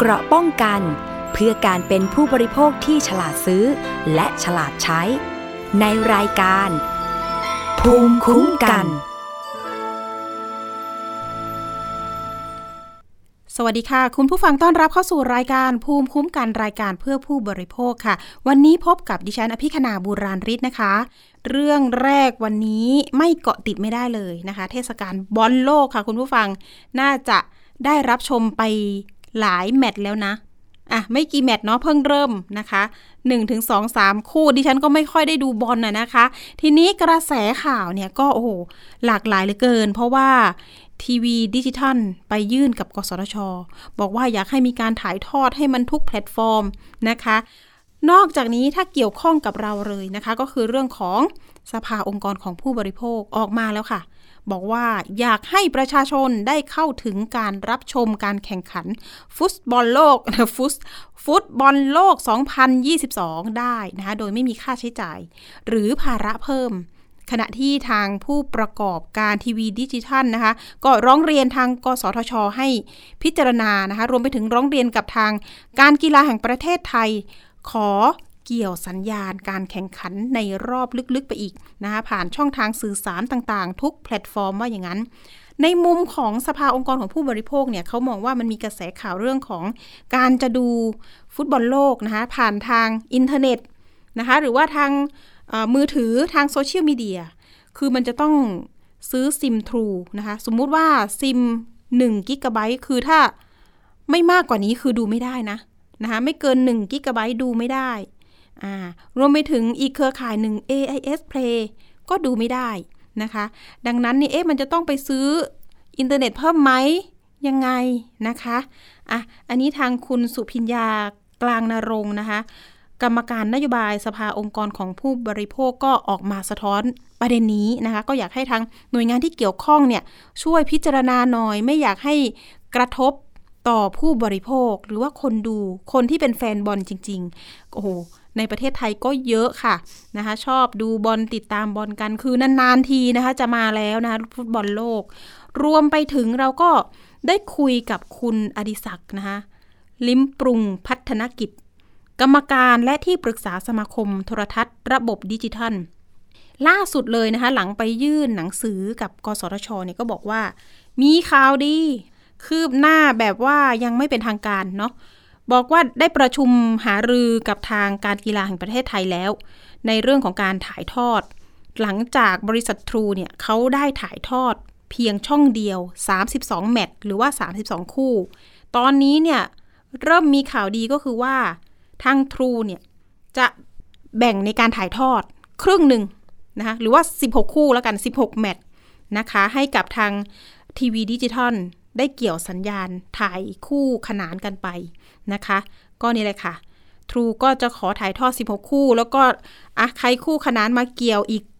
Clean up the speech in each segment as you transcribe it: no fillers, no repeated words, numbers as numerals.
เกราะป้องกันเพื่อการเป็นผู้บริโภคที่ฉลาดซื้อและฉลาดใช้ในรายการภูมิคุ้มกันสวัสดีค่ะคุณผู้ฟังต้อนรับเข้าสู่รายการภูมิคุ้มกันรายการเพื่อผู้บริโภคค่ะวันนี้พบกับดิฉันอภิคณาบูราณฤทธิ์นะคะเรื่องแรกวันนี้ไม่เกาะติดไม่ได้เลยนะคะเทศกาลบอลโลกค่ะคุณผู้ฟังน่าจะได้รับชมไปหลายแมตช์แล้วนะไม่กี่แมตช์เนาะเพิ่งเริ่มนะคะ 1-2-3 คู่ดิฉันก็ไม่ค่อยได้ดูบอลนะคะทีนี้กระแสข่าวเนี่ยก็โอ้โหหลากหลายเหลือเกินเพราะว่าทีวีดิจิทัลไปยื่นกับกสทช.บอกว่าอยากให้มีการถ่ายทอดให้มันทุกแพลตฟอร์มนะคะนอกจากนี้ถ้าเกี่ยวข้องกับเราเลยนะคะก็คือเรื่องของสภาองค์กรของผู้บริโภคออกมาแล้วค่ะบอกว่าอยากให้ประชาชนได้เข้าถึงการรับชมการแข่งขันฟุตบอลโลก2022 ได้นะคะโดยไม่มีค่าใช้จ่ายหรือภาระเพิ่มขณะที่ทางผู้ประกอบการทีวีดิจิทัลนะคะก็ร้องเรียนทางกสทช.ให้พิจารณานะคะรวมไปถึงร้องเรียนกับทางการกีฬาแห่งประเทศไทยขอเกี่ยวสัญญาณการแข่งขันในรอบลึกๆไปอีกนะคะผ่านช่องทางสื่อสารต่างๆทุกแพลตฟอร์มว่าอย่างนั้นในมุมของสภาองค์กรของผู้บริโภคเนี่ยเขามองว่ามันมีกระแสข่าวเรื่องของการจะดูฟุตบอลโลกนะคะผ่านทางอินเทอร์เน็ตนะคะหรือว่าทางมือถือทางโซเชียลมีเดียคือมันจะต้องซื้อซิม True นะคะสมมุติว่าซิม1 กิกะไบต์คือถ้าไม่มากกว่านี้คือดูไม่ได้นะคะไม่เกิน1 กิกะไบต์ดูไม่ได้รวมไปถึงอีกเครือข่ายหนึ่ง AIS Play ก็ดูไม่ได้นะคะดังนั้นนี่มันจะต้องไปซื้ออินเทอร์เน็ตเพิ่มไหมยังไงนะคะอันนี้ทางคุณสุพิญญากลางนรงค์นะคะกรรมการนโยบายสภาองค์กรของผู้บริโภคก็ออกมาสะท้อนประเด็นนี้นะคะก็อยากให้ทางหน่วยงานที่เกี่ยวข้องเนี่ยช่วยพิจารณาหน่อยไม่อยากให้กระทบต่อผู้บริโภคหรือว่าคนดูคนที่เป็นแฟนบอลจริงๆโอ้โหในประเทศไทยก็เยอะค่ะนะคะชอบดูบอลติดตามบอลกันคือนานๆทีนะคะจะมาแล้วนะคะฟุตบอลโลกรวมไปถึงเราก็ได้คุยกับคุณอดิศักดิ์นะคะลิ้มปรุงพัฒนกิจกรรมการและที่ปรึกษาสมาคมโทรทัศน์ระบบดิจิทัลล่าสุดเลยนะคะหลังไปยื่นหนังสือกับกสทช.เนี่ยก็บอกว่ามีข่าวดีคืบหน้าแบบว่ายังไม่เป็นทางการเนาะบอกว่าได้ประชุมหารือกับทางการกีฬาแห่งประเทศไทยแล้วในเรื่องของการถ่ายทอดหลังจากบริษัท True เนี่ยเขาได้ถ่ายทอดเพียงช่องเดียว32แมตช์หรือว่า32คู่ตอนนี้เนี่ยเริ่มมีข่าวดีก็คือว่าทาง True เนี่ยจะแบ่งในการถ่ายทอดครึ่งหนึ่งนะคะหรือว่า16คู่แล้วกัน16แมตช์นะคะให้กับทางทีวีดิจิทัลได้เกี่ยวสัญญาณถ่ายคู่ขนานกันไปนะคะก็นี่เลยค่ะ True ก็จะขอถ่ายทอด16คู่แล้วก็ใครคู่ขนานมาเกี่ยวอีก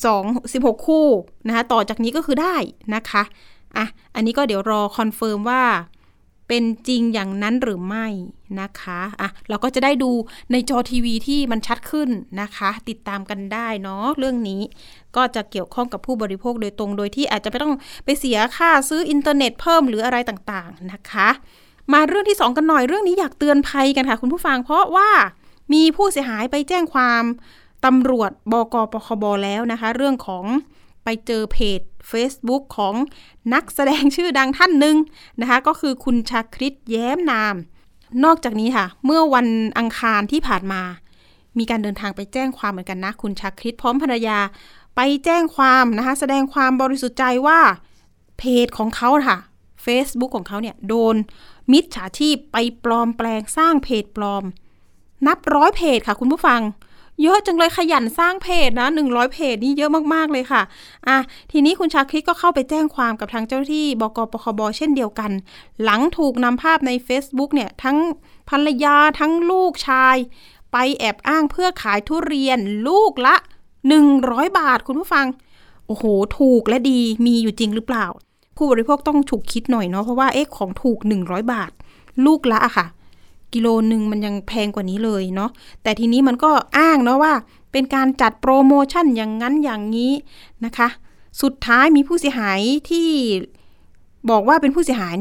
16คู่นะคะต่อจากนี้ก็คือได้นะคะอันนี้ก็เดี๋ยวรอคอนเฟิร์มว่าเป็นจริงอย่างนั้นหรือไม่นะคะเราก็จะได้ดูในจอทีวีที่มันชัดขึ้นนะคะติดตามกันได้เนาะเรื่องนี้ก็จะเกี่ยวข้องกับผู้บริโภคโดยตรงโดยที่อาจจะไม่ต้องไปเสียค่าซื้ออินเทอร์เน็ตเพิ่มหรืออะไรต่างๆนะคะมาเรื่องที่2กันหน่อยเรื่องนี้อยากเตือนภัยกันค่ะคุณผู้ฟังเพราะว่ามีผู้เสียหายไปแจ้งความตำรวจบก.ปคบ.แล้วนะคะเรื่องของไปเจอเพจ Facebook ของนักแสดงชื่อดังท่านหนึ่งนะคะก็คือคุณชาคริตแย้มนามนอกจากนี้ค่ะเมื่อวันอังคารที่ผ่านมามีการเดินทางไปแจ้งความเหมือนกันนะคุณชาคริตพร้อมภรรยาไปแจ้งความนะคะแสดงความบริสุทธิ์ใจว่าเพจของเขาค่ะ Facebook ของเขาเนี่ยโดนมิจฉาชีพไปปลอมแปลงสร้างเพจปลอมนับ100เพจค่ะคุณผู้ฟังเยอะจังเลยขยันสร้างเพจนะ100เพจนี่เยอะมากๆเลยค่ะทีนี้คุณชาคริตก็เข้าไปแจ้งความกับทางเจ้าหน้าที่บก.ปคบ.เช่นเดียวกันหลังถูกนำภาพใน Facebook เนี่ยทั้งภรรยาทั้งลูกชายไปแอบอ้างเพื่อขายทุเรียนลูกละ100 บาทคุณผู้ฟังโอ้โหถูกและดีมีอยู่จริงหรือเปล่าผู้บริโภคต้องฉุกคิดหน่อยเนาะเพราะว่าของถูก100 บาทลูกละค่ะกิโลนึงมันยังแพงกว่านี้เลยเนาะแต่ทีนี้มันก็อ้างเนาะว่าเป็นการจัดโปรโมชั่นอย่างนั้นอย่างนี้นะคะสุดท้ายมีผู้เสียหายที่บอกว่าเป็นผู้เสียหายเนี่ย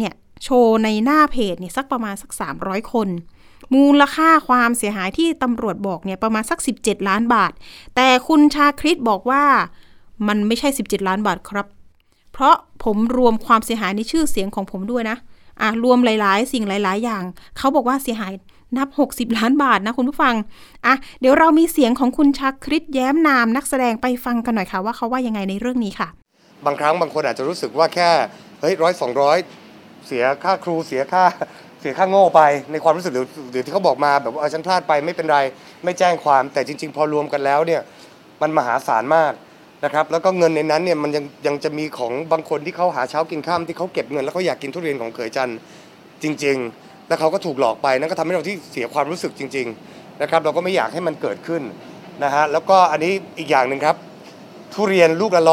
โชว์ในหน้าเพจเนี่ยสักประมาณสัก300คนมูลค่าความเสียหายที่ตำรวจบอกเนี่ยประมาณสัก17ล้านบาทแต่คุณชาคริตบอกว่ามันไม่ใช่17ล้านบาทครับเพราะผมรวมความเสียหายในชื่อเสียงของผมด้วยนะรวมหลายๆสิ่งหลายๆอย่างเขาบอกว่าเสียหายนับ60ล้านบาทนะคุณผู้ฟังเดี๋ยวเรามีเสียงของคุณชาคริตแย้มนามนักแสดงไปฟังกันหน่อยค่ะว่าเขาว่ายังไงในเรื่องนี้ค่ะบางครั้งบางคนอาจจะรู้สึกว่าแค่เฮ้ย100-200เสียค่าครูเสียค่าโง่ไปในความรู้สึกหรือที่เขาบอกมาแบบว่าฉันพลาดไปไม่เป็นไรไม่แจ้งความแต่จริงๆพอรวมกันแล้วเนี่ยมันมหาศาลมากนะครับแล้วก็เงินในนั้นเนี่ยมันยังจะมีของบางคนที่เขาหาเช้ากินค่ำที่เขาเก็บเงินแล้วเขาอยากกินทุเรียนของเขยจันทร์จริงๆแล้วเขาก็ถูกหลอกไปนั่นก็ทำให้เราที่เสียความรู้สึกจริงๆนะครับเราก็ไม่อยากให้มันเกิดขึ้นนะฮะแล้วก็อันนี้อีกอย่างนึงครับทุเรียนลูกละ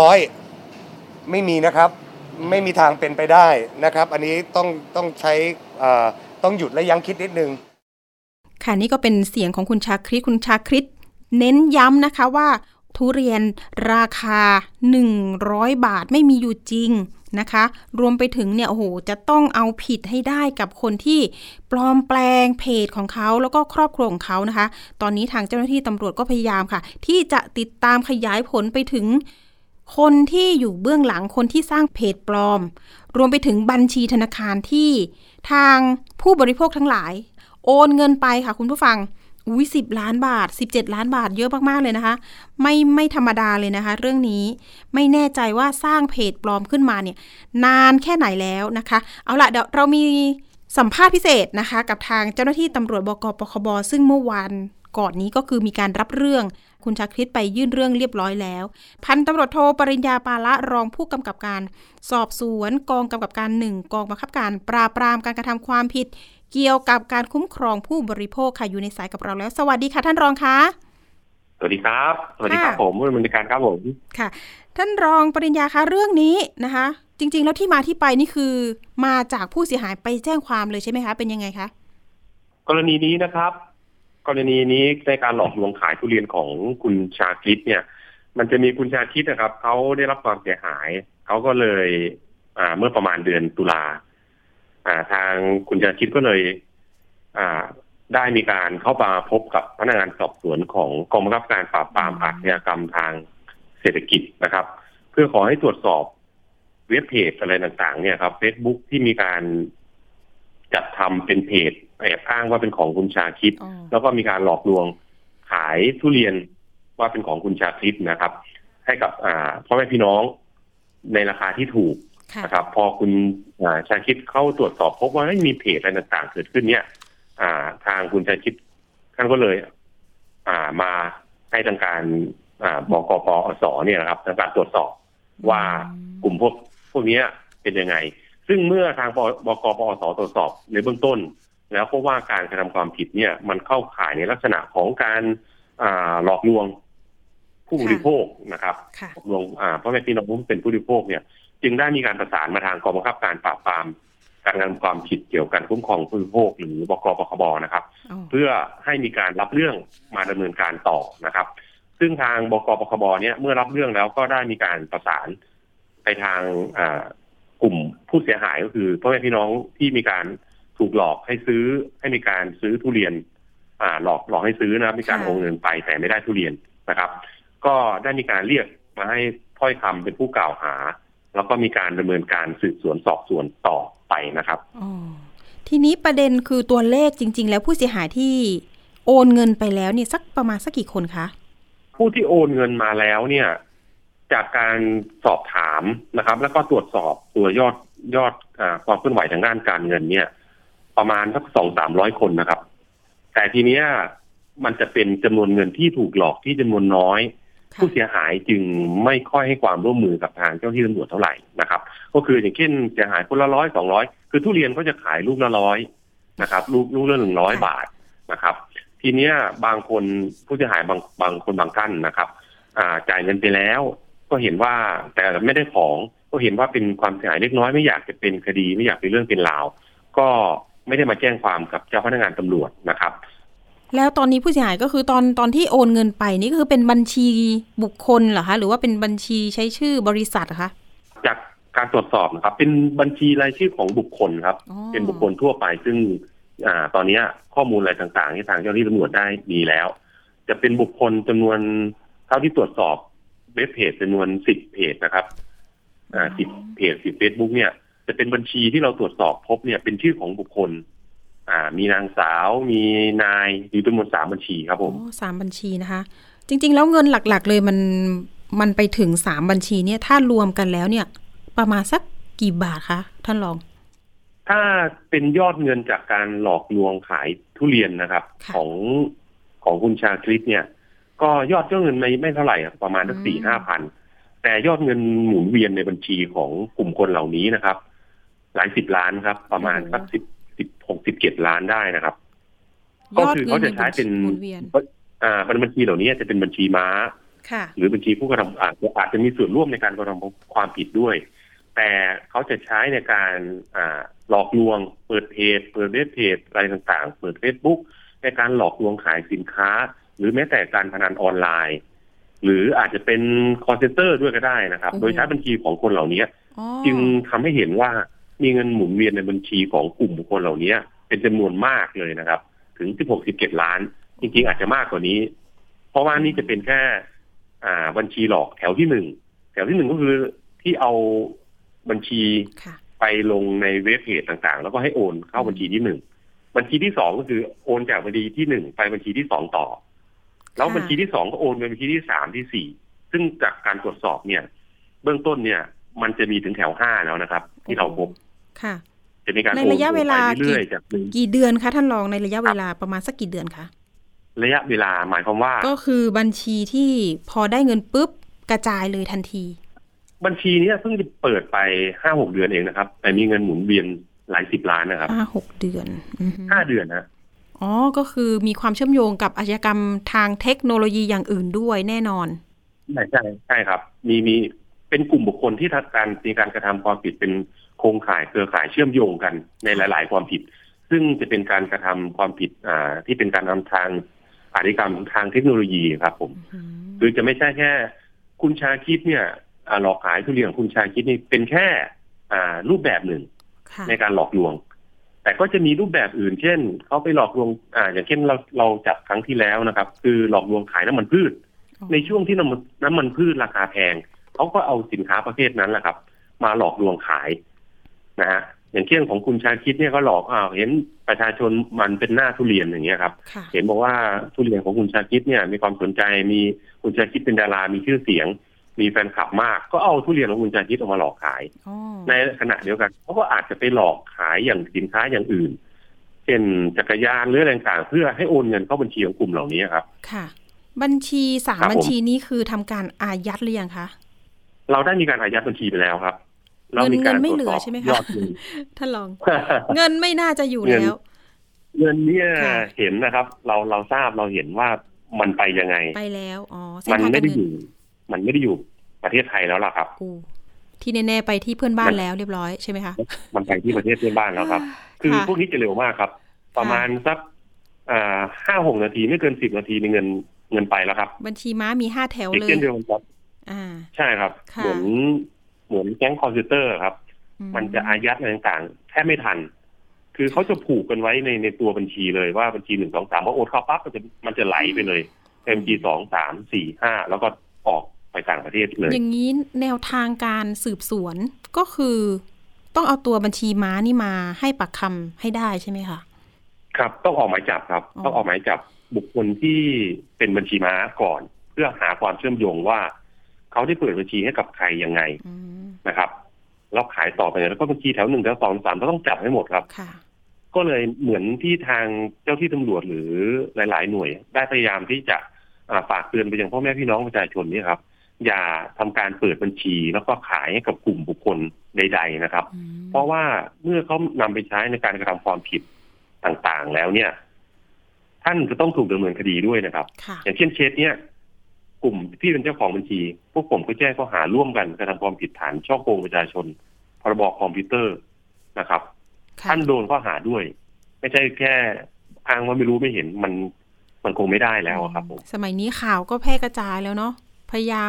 100ไม่มีนะครับไม่มีทางเป็นไปได้นะครับอันนี้ต้องใช้ต้องหยุดและยั้งคิดนิดนึงค่ะนี่ก็เป็นเสียงของคุณชาคริตเน้นย้ำนะคะว่าทุเรียนราคา100บาทไม่มีอยู่จริงนะคะรวมไปถึงเนี่ยโอ้โหจะต้องเอาผิดให้ได้กับคนที่ปลอมแปลงเพจของเขาแล้วก็ครอบครัวของเขานะคะตอนนี้ทางเจ้าหน้าที่ตำรวจก็พยายามค่ะที่จะติดตามขยายผลไปถึงคนที่อยู่เบื้องหลังคนที่สร้างเพจปลอมรวมไปถึงบัญชีธนาคารที่ทางผู้บริโภคทั้งหลายโอนเงินไปค่ะคุณผู้ฟัง10ล้านบาท17ล้านบาทเยอะมากๆเลยนะคะไม่ธรรมดาเลยนะคะเรื่องนี้ไม่แน่ใจว่าสร้างเพจปลอมขึ้นมาเนี่ยนานแค่ไหนแล้วนะคะเอาล่ะเดี๋ยวเรามีสัมภาษณ์พิเศษนะคะกับทางเจ้าหน้าที่ตำรวจบกปคบซึ่งเมื่อวานก่อนนี้ก็คือมีการรับเรื่องคุณชาคริตไปยื่นเรื่องเรียบร้อยแล้วพันตำรวจโทปริญญาปาละรองผู้กำกับการสอบสวนกองกำกับการ1กองบังคับการปราบปรามการกระทำความผิดเกี่ยวกับการคุ้มครองผู้บริโภคค่ะอยู่ในสายกับเราแล้วสวัสดีค่ะท่านรองคะสวัสดีครับสวัสดีครับผมผู้ดำเนินการครับผมค่ะท่านรองปริญญาคะเรื่องนี้นะคะจริงๆแล้วที่มาที่ไปนี่คือมาจากผู้เสียหายไปแจ้งความเลยใช่ไหมคะเป็นยังไงคะกรณีนี้นะครับกรณีนี้ในการหลอกลวงขายทุเรียนของคุณชาคริตเนี่ยมันจะมีคุณชาคริตนะครับเขาได้รับความเสียหายเขาก็เลยเมื่อประมาณเดือนตุลาทางคุณชาคริตก็เลยได้มีการเข้ามาพบกับพนักงานสอบสวนของกองบังคับการปราบปรามอาชญากรรมทางเศรษฐกิจนะครับเพื่อขอให้ตรวจสอบเว็บเพจอะไรต่างๆเนี่ยครับ Facebook ที่มีการจัดทำเป็นเพจแอบอ้างว่าเป็นของคุณชาคริตแล้วก็มีการหลอกลวงขายทุเรียนว่าเป็นของคุณชาคริตนะครับให้กับพ่อแม่พี่น้องในราคาที่ถูกนะครับพอคุณชาคริตเข้าตรวจสอบพบว่าไม่มีเพจอะไรต่างๆเกิดขึ้นเนี่ยทางคุณชาคริตท่านก็เลยมาให้ทางการบกปอสเนี่ยนะครับทางการตรวจสอบว่ากลุ่มพวกนี้เป็นยังไงซึ่งเมื่อทางบกปอสตรวจสอบในเบื้องต้นแล้วพบว่าการกระทำความผิดเนี่ยมันเข้าข่ายในลักษณะของการหลอกลวงผู้บริโภคนะครับหลอกลวงพ่อแม่พี่น้องผู้เป็นผู้บริโภคเนี่ยจึงได้มีการประสานมาทางกองบังคับการปราบปรามการกระทำความผิดเกี่ยวกับการคุ้มครองผู้บริโภคหรือบกปคบนะครับเพื่อให้มีการรับเรื่องมาดำเนินการต่อนะครับซึ่งทางบกปคบเนี่ยเมื่อรับเรื่องแล้วก็ได้มีการประสานไปทางกลุ่มผู้เสียหายก็คือพ่อแม่พี่น้องที่มีการถูกหลอกให้มีการซื้อทุเรียนหลอกให้ซื้อนะมีการโอนเงินไปแต่ไม่ได้ทุเรียนนะครับก็ได้มีการเรียกมาให้ถ้อยคำเป็นผู้กล่าวหาแล้วก็มีการดำเนินการสืบสวนสอบสวนต่อไปนะครับทีนี้ประเด็นคือตัวเลขจริงๆแล้วผู้เสียหายที่โอนเงินไปแล้วเนี่ยประมาณสักกี่คนคะผู้ที่โอนเงินมาแล้วเนี่ยจากการสอบถามนะครับแล้วก็ตรวจสอบตัวยอดความเคลื่อนไหวทางด้านการเงินเนี่ยประมาณสัก 200-300 คนนะครับแต่ทีเนี้ยมันจะเป็นจำนวนเงินที่ถูกหลอกที่จำนวนน้อยผู้เสียหายจึงไม่ค่อยให้ความร่วมมือกับทางเจ้าหน้าที่ตำรวจเท่าไหร่นะครับก็คืออย่างเช่นเสียหายคนละ100-200คือทุเรียนก็จะขายลูกละ100นะครับลูกละ100 บาทนะครับทีเนี้ยบางคนผู้เสียหายบางคนบางท่านนะครับจ่ายเงินไปแล้วก็เห็นว่าแต่ไม่ได้ของก็เห็นว่าเป็นความเสียหายเล็กน้อยไม่อยากจะเป็นคดีไม่อยากเป็นเรื่องเป็นราวก็ไม่ได้มาแจ้งความกับเจ้าพนักงานตำรวจนะครับแล้วตอนนี้ผู้เสียหายก็คือตอนที่โอนเงินไปนี่ก็คือเป็นบัญชีบุคคลเหรอคะหรือว่าเป็นบัญชีใช้ชื่อบริษัทคะจากการตรวจสอบนะครับเป็นบัญชีรายชื่อของบุคคลครับเป็นบุคคลทั่วไปซึ่งตอนนี้ข้อมูลอะไรต่างๆที่ทางเจ้าหน้าที่ตำรวจได้มีแล้วจะเป็นบุคคลจำนวนเท่าที่ตรวจสอบเว็บเพจจำนวน10เพจนะครับ10เพจ10 Facebook เนี่ยจะเป็นบัญชีที่เราตรวจสอบพบเนี่ยเป็นชื่อของบุคคลมีนางสาวมีนายอยู่จำนวน3บัญชีครับผม 3บัญชีนะคะจริงๆแล้วเงินหลักๆเลยมันไปถึง3บัญชีเนี่ยถ้ารวมกันแล้วเนี่ยประมาณสักกี่บาทคะท่านรองถ้าเป็นยอดเงินจากการหลอกลวงขายทุเรียนนะครับของคุณชาคริตเนี่ยก็ยอดเงินไม่เท่าไหร่ประมาณสัก 4-5 พันแต่ยอดเงินหมุนเวียนในบัญชีของกลุ่มคนเหล่านี้นะครับหลาย10ล้านครับประมาณสัก16-17 ล้านได้นะครับก็คือเขาจะใช้เป็นบัญชีเหล่านี้จะเป็นบัญชีม้าหรือบัญชีผู้กระทำอาจจะมีส่วนร่วมในการกระทำความผิดด้วยแต่เขาจะใช้ในการหลอกลวงเปิดเพจเปิดเว็บเพจอะไรต่างๆเปิด Facebook ในการหลอกลวงขายสินค้าหรือแม้แต่การพนันออนไลน์หรืออาจจะเป็น call center ด้วยก็ได้นะครับโดยใช้บัญชีของคนเหล่านี้จึงทำให้เห็นว่ามีเงินหมุนเวียนในบัญชีของกลุ่มบุคคลเหล่านี้เป็นจำนวนมากเลยนะครับถึง 16-17 ล้านจริงๆอาจจะมากกว่านี้เพราะว่านี่จะเป็นแค่บัญชีหลอกแถวที่1ก็คือที่เอาบัญชีไปลงในเว็บเพจต่างๆแล้วก็ให้โอนเข้าบัญชีที่1บัญชีที่2ก็คือโอนจากบัญชีที่1ไปบัญชีที่2ต่อแล้วบัญชีที่2ก็โอนไปบัญชีที่3ที่4ซึ่งจากการตรวจสอบเนี่ยเบื้องต้นเนี่ยมันจะมีถึงแถว5แล้วนะครับที่เราพบค่ะจะมีการโอนไปเรื่อยๆจากกี่เดือนคะท่านรองในระยะเวลาประมาณสักกี่เดือนคะระยะเวลาหมายความว่าก็คือบัญชีที่พอได้เงินปุ๊บกระจายเลยทันทีบัญชีนี้เพิ่งจะเปิดไป 5-6 เดือนเองนะครับแต่มีเงินหมุนเวียนหลาย10ล้านนะครับ 5-6 เดือน 5 เดือนนะอ๋อก็คือมีความเชื่อมโยงกับอาชญากรรมทางเทคโนโลยีอย่างอื่นด้วยแน่นอนใช่ครับมีเป็นกลุ่มบุคคลที่มีการกระทำความผิดเป็นโครงข่ายเครือข่ายเชื่อมโยงกันในหลายๆความผิดซึ่งจะเป็นการกระทำความผิดที่เป็นการทำทางอาชญากรรมทางเทคโนโลยีครับผมคือจะไม่ใช่แค่คุณชาคิดเนี่ยหลอกขายทุเรียนของคุณชาคิดนี่เป็นแค่รูปแบบหนึ่งในการหลอกลวงแต่ก็จะมีรูปแบบอื่นเช่นเขาไปหลอกลวงอย่างเช่นเราจับครั้งที่แล้วนะครับคือหลอกลวงขายน้ำมันพืชในช่วงที่น้ำมันพืชราคาแพงเขาก็เอาสินค้าประเภทนั้นแหละครับมาหลอกลวงขายนะฮะอย่างเช่นของคุณชาคิดเนี่ยก็หลอกเห็นประชาชนมันเป็นหน้าทุเรียนอย่างเงี้ยครับเห็นบอกว่าทุเรียนของคุณชาคิดเนี่ยมีความสนใจมีคุณชาคิดเป็นดารามีชื่อเสียงมีแฟนคลับมากก็เอาทุเรียนของคุณชาคิดออกมาหลอกขายในขณะเดียวกันเขาก็อาจจะไปหลอกขายอย่างสินค้าอย่างอื่นเช่นจักรยานหรืออะไรต่างๆเพื่อให้โอนเงินเข้าบัญชีของกลุ่มเหล่านี้ครับค่ะบัญชี3บัญชีนี้คือทำการอายัดหรือยังคะเราได้มีการอายัดบัญชีไปแล้วครับเรามีการไม่เหลือใช่ไหมคะท่านรองเงินไม่น่าจะอยู่แล้วเงินเนี่ยเห็นนะครับเราทราบเราเห็นว่ามันไปยังไงไปแล้วอ๋อมันไม่ได้อยู่ประเทศไทยแล้วล่ะครับที่แน่ๆไปที่เพื่อนบ้านแล้วเรียบร้อยใช่ไหมคะมันไปที่ประเทศเพื่อนบ้านแล้วครับคือพวกนี้จะเร็วมากครับประมาณสัก5-6 นาทีไม่เกิน10 นาทีในเงินไปแล้วครับบัญชีม้ามี5 แถวเลยเช่นเดียวกันครับใช่ครับเหมือนแก๊งคอลเซ็นเตอร์ครับมันจะอายัดอะไรต่างๆแทบไม่ทันคือเขาจะผูกกันไว้ในตัวบัญชีเลยว่าบัญชี1 2 3พอโอนเข้าปั๊บมันจะไหลไปเลยบัญชี2 3 4 5แล้วก็ออกไปต่างประเทศเลยอย่างนี้แนวทางการสืบสวนก็คือต้องเอาตัวบัญชีม้านี่มาให้ปากคำให้ได้ใช่ไหมคะครับต้องออกหมายจับครับต้องออกหมายจับบุคคลที่เป็นบัญชีม้าก่อนเพื่อหาความเชื่อมโยงว่าเขาได้เปิดบัญชีให้กับใครยังไงนะครับแล้วขายต่อไปแล้วก็บัญชีแถว1แถว2 3ก็ต้องจับให้หมดครับก็เลยเหมือนที่ทางเจ้าที่ตำรวจหรือหลายๆหน่วยได้พยายามที่จะฝากเตือนไปยังพ่อแม่พี่น้องประชาชนนี่ครับอย่าทำการเปิดบัญชีแล้วก็ขายให้กับกลุ่มบุคคลใดๆนะครับเพราะว่าเมื่อเขานำไปใช้ในการกระทำความผิดต่างๆแล้วเนี่ยท่านจะต้องถูกดำเนินคดีด้วยนะครับอย่างเช่นเคสเนี้ยกลุ่มที่เป็นเจ้าของบัญชีพวกผมก็แจ้งข้อหาร่วมกันกระทำความผิดฐานฉ้อโกงประชาชนพรบคอมพิวเตอร์นะครับท่านโดนข้อหาด้วยไม่ใช่แค่อ้างว่าไม่รู้ไม่เห็นมันคงไม่ได้แล้วครับผมสมัยนี้ข่าวก็แพร่กระจายแล้วเนาะพยายาม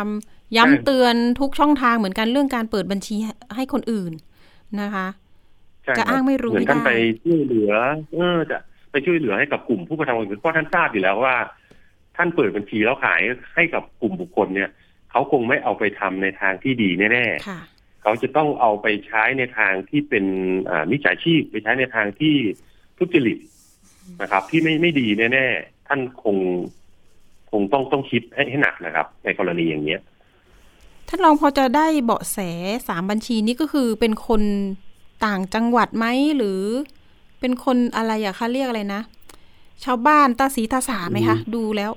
ย้ำเตือนทุกช่องทางเหมือนกันเรื่องการเปิดบัญชีให้คนอื่นนะคะจะอ้างไม่รู้ไม่ได้เหมือนกันไปช่วยเหลือจะไปช่วยเหลือให้กับกลุ่มผู้กระทำความผิดเพราะท่านทราบอยู่แล้วว่าท่านเปิดบัญชีแล้วขายให้กับกลุ่มบุคคลเนี่ยเขาคงไม่เอาไปทำในทางที่ดีแน่ๆเขาจะต้องเอาไปใช้ในทางที่เป็นมิจฉาชีพไปใช้ในทางที่ทุจริตนะครับที่ไม่ดีแน่ๆท่านคงต้องคิดให้หนักนะครับในกรณีอย่างนี้ท่านรองพอจะได้เบาะแส3บัญชีนี้ก็คือเป็นคนต่างจังหวัดไหมหรือเป็นคนอะไรอะคะเรียกอะไรนะชาวบ้านตาสีตาสาไหมคะดูแล้ว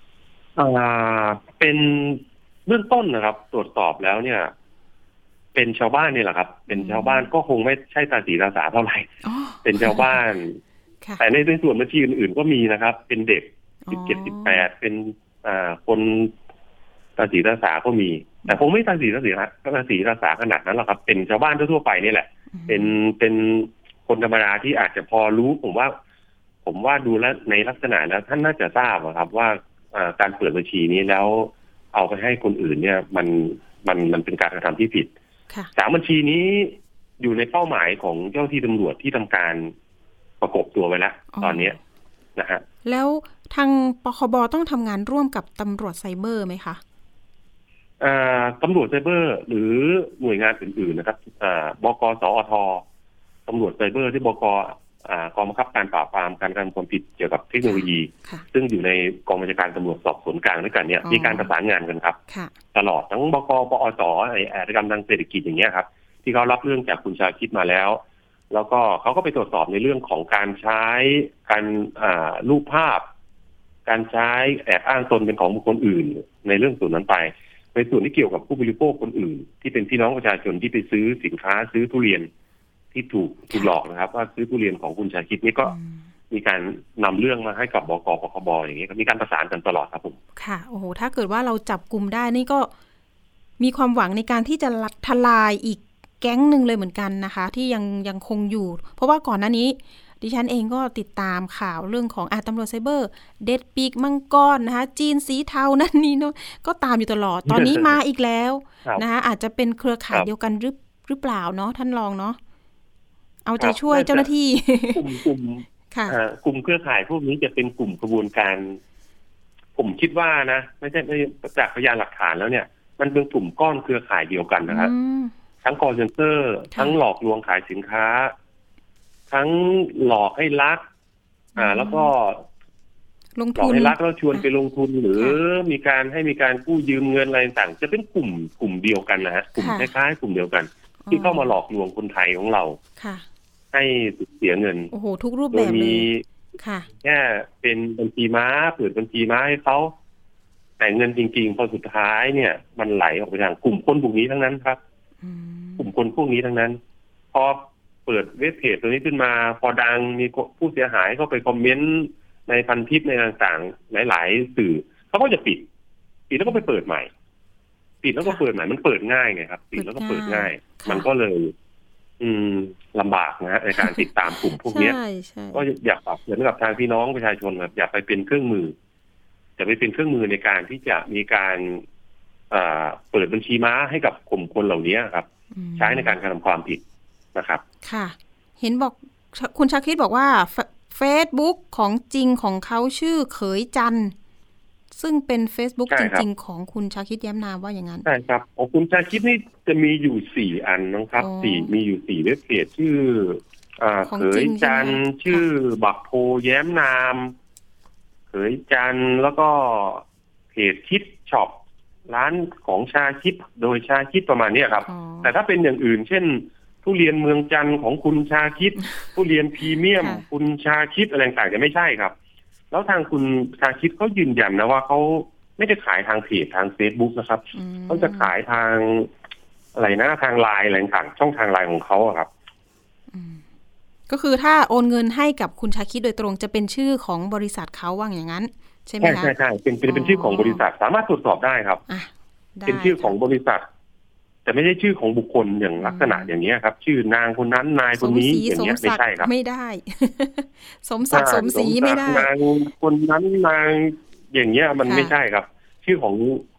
เป็นเบื้องต้นนะครับตรวจสอบแล้วเนี่ยเป็นชาวบ้านนี่แหละครับเป็นชาวบ้านก็คงไม่ใช่ตาสีตาสาเท่าไหร่เป็นชาวบ้านแต่ในส่วนบัญชีอื่นๆก็มีนะครับเป็นเด็ก17 18เป็นคนตาสีตาสาก็มีแต่คงไม่ตาสีตาสาขนาดนั้นหรอกครับเป็นชาวบ้านทั่วไปนี่แหละเป็นคนธรรมดาที่อาจจะพอรู้ผมว่าดูแล้วในลักษณะแล้วท่านน่าจะทราบครับว่าการเปิดบัญชีนี้แล้วเอาไปให้คนอื่นเนี่ยมันเป็นการกระทำที่ผิด3บัญชีนี้อยู่ในเป้าหมายของเจ้าที่ตำรวจที่ทำการประกบตัวไว้แล้วตอนนี้นะฮะแล้วทางปคบต้องทำงานร่วมกับตำรวจไซเบอร์ไหมคะตำรวจไซเบอร์หรือหน่วยงานอื่นๆนะครับบก.สอท.ตำรวจไซเบอร์ที่บก.กองบังคับการปราบปรามการกระทำความผิดเกี่ยวกับเทคโนโลยีซึ่งอยู่ในกองบัญชาการตำรวจสอบสวนกลางด้วยกันเนี่ยมีการประสานงานกันครับตลอดทั้งบก.ปอส.อาชญากรรมทางเศรษฐกิจอย่างเงี้ยครับที่เขารับเรื่องจากคุณชาคิดมาแล้วก็เขาก็ไปตรวจสอบในเรื่องของการใช้การรูปภาพการใช้แอบอ้างตนเป็นของบุคคลอื่นในเรื่องส่วนนั้นไปในส่วนที่เกี่ยวกับผู้บริโภคคนอื่นที่เป็นพี่น้องประชาชนที่ไปซื้อสินค้าซื้อทุเรียนที่ถูกหลอกนะครับว่าซื้อทุเรียนของคุณชาคิดนี่ก็มีการนำเรื่องมาให้กับบก.ปคบอย่างนี้ก็มีการประสานกันตลอดครับผมค่ะโอ้โหถ้าเกิดว่าเราจับกลุ่มได้นี่ก็มีความหวังในการที่จะทลายอีกแก๊งนึงเลยเหมือนกันนะคะที่ยังคงอยู่เพราะว่าก่อนหน้านี้ดิฉันเองก็ติดตามข่าวเรื่องของตำรวจไซเบอร์เด็ดปีกมังกรนะคะจีนสีเทานั่นนี่เนาะก็ตามอยู่ตลอดตอนนี้มาอีกแล้วนะคะอาจจะเป็นเครือข่ายเดียวกันหรือเปล่าเนาะท่านรองเนาะเอาใจช่วยเจ้าหน้าที่กลุ่มค่ะกลุ่มเครือข่ายพวกนี้จะเป็นกลุ่มกระบวนการผมคิดว่านะไม่ใช่จากพยานหลักฐานแล้วเนี่ยมันเป็นกลุ่มก้อนเครือข่ายเดียวกันนะครับทั้งคอลเซ็นเตอร์ทั้งหลอกลวงขายสินค้าทั้งหลอกให้รักแล้วก็หลอกให้รักแล้วชวนไปลงทุนหรือมีการกู้ยืมเงินอะไรต่างจะเป็นกลุ่มเดียวกันนะฮะกลุ่มคล้ายๆกลุ่มเดียวกันที่เข้ามาหลอกลวงคนไทยของเราให้เสียเงินโอ้โหทุกรูปแบบเลยค่ะแค่เป็นบัญชีม้าเปิดบัญชีม้าให้เขาแต่เงินจริงๆพอสุดท้ายเนี่ยมันไหลออกไปทางกลุ่มคนพวกนี้ทั้งนั้นครับกลุ่มคนพวกนี้ทั้งนั้นพอเปิดเว็บเพจตัวนี้ขึ้นมาพอดังมีผู้เสียหายเข้าไปคอมเมนต์ในพันทิปในต่างๆหลายๆสื่อเขาก็จะปิดแล้วก็ไปเปิดใหม่ปิดแล้วก็เปิดใหม่มันเปิดง่ายไงครับปิดแล้วก็เปิดง่ายมันก็เลยลำบากนะในการติดตามกลุ่มพวกนี้ก็อยากฝากเตือนกับทางพี่น้องประชาชนครับอย่าไปเป็นเครื่องมือจะไปเป็นเครื่องมือในการที่จะมีการเปิดบัญชีม้าให้กับกลุ่มคนเหล่านี้ครับใช้ในการกระทำความผิดนะครับค่ะเห็นบอกคุณชาคิดบอกว่า Facebook ของจริงของเขาชื่อเขยจันซึ่งเป็น Facebook จริงๆของคุณชาคิดแย้มนามว่าอย่างนั้นใช่ครับของคุณชาคิดนี่จะมีอยู่4อันนะครับมีอยู่4เว็บเพจชื่อเขยจันชื่อบักโพแย้มนามเขยจันแล้วก็เพจคิดช็อปร้านของชาคิดโดยชาคิดประมาณนี้ครับแต่ถ้าเป็นอย่างอื่นเช่นทุเรียนเมืองจันทร์ของคุณชาคิดทุเรียนพรีเมียมคุณชาคิดอะไรต่างๆจะไม่ใช่ครับแล้วทางคุณชาคิดเขายืนยันนะว่าเขาไม่ได้ขายทางเพจทาง Facebook นะครับเขาจะขายทางอะไรนะทางไลน์อะไรต่างๆช่องทางไลน์ของเขาครับก็คือถ้าโอนเงินให้กับคุณชาคิดโดยตรงจะเป็นชื่อของบริษัทเขาว่าอย่างนั้นใช่ไหมคะใช่เป็นชื่อของบริษัทสามารถตรวจสอบได้ครับเป็นชื่อของบริษัทแต่ไม่ใช่ชื่อของบุคคลอย่างลักษณะอย่างนี้ครับชื่อนางคนนั้นนายคนนี้อย่างเงี้ยไม่ใช่ครับไม่ได้สมศักดิ์สมศรีไม่ได้นางคนนั้นนางอย่างเงี้ยมันไม่ใช่ครับชื่อของ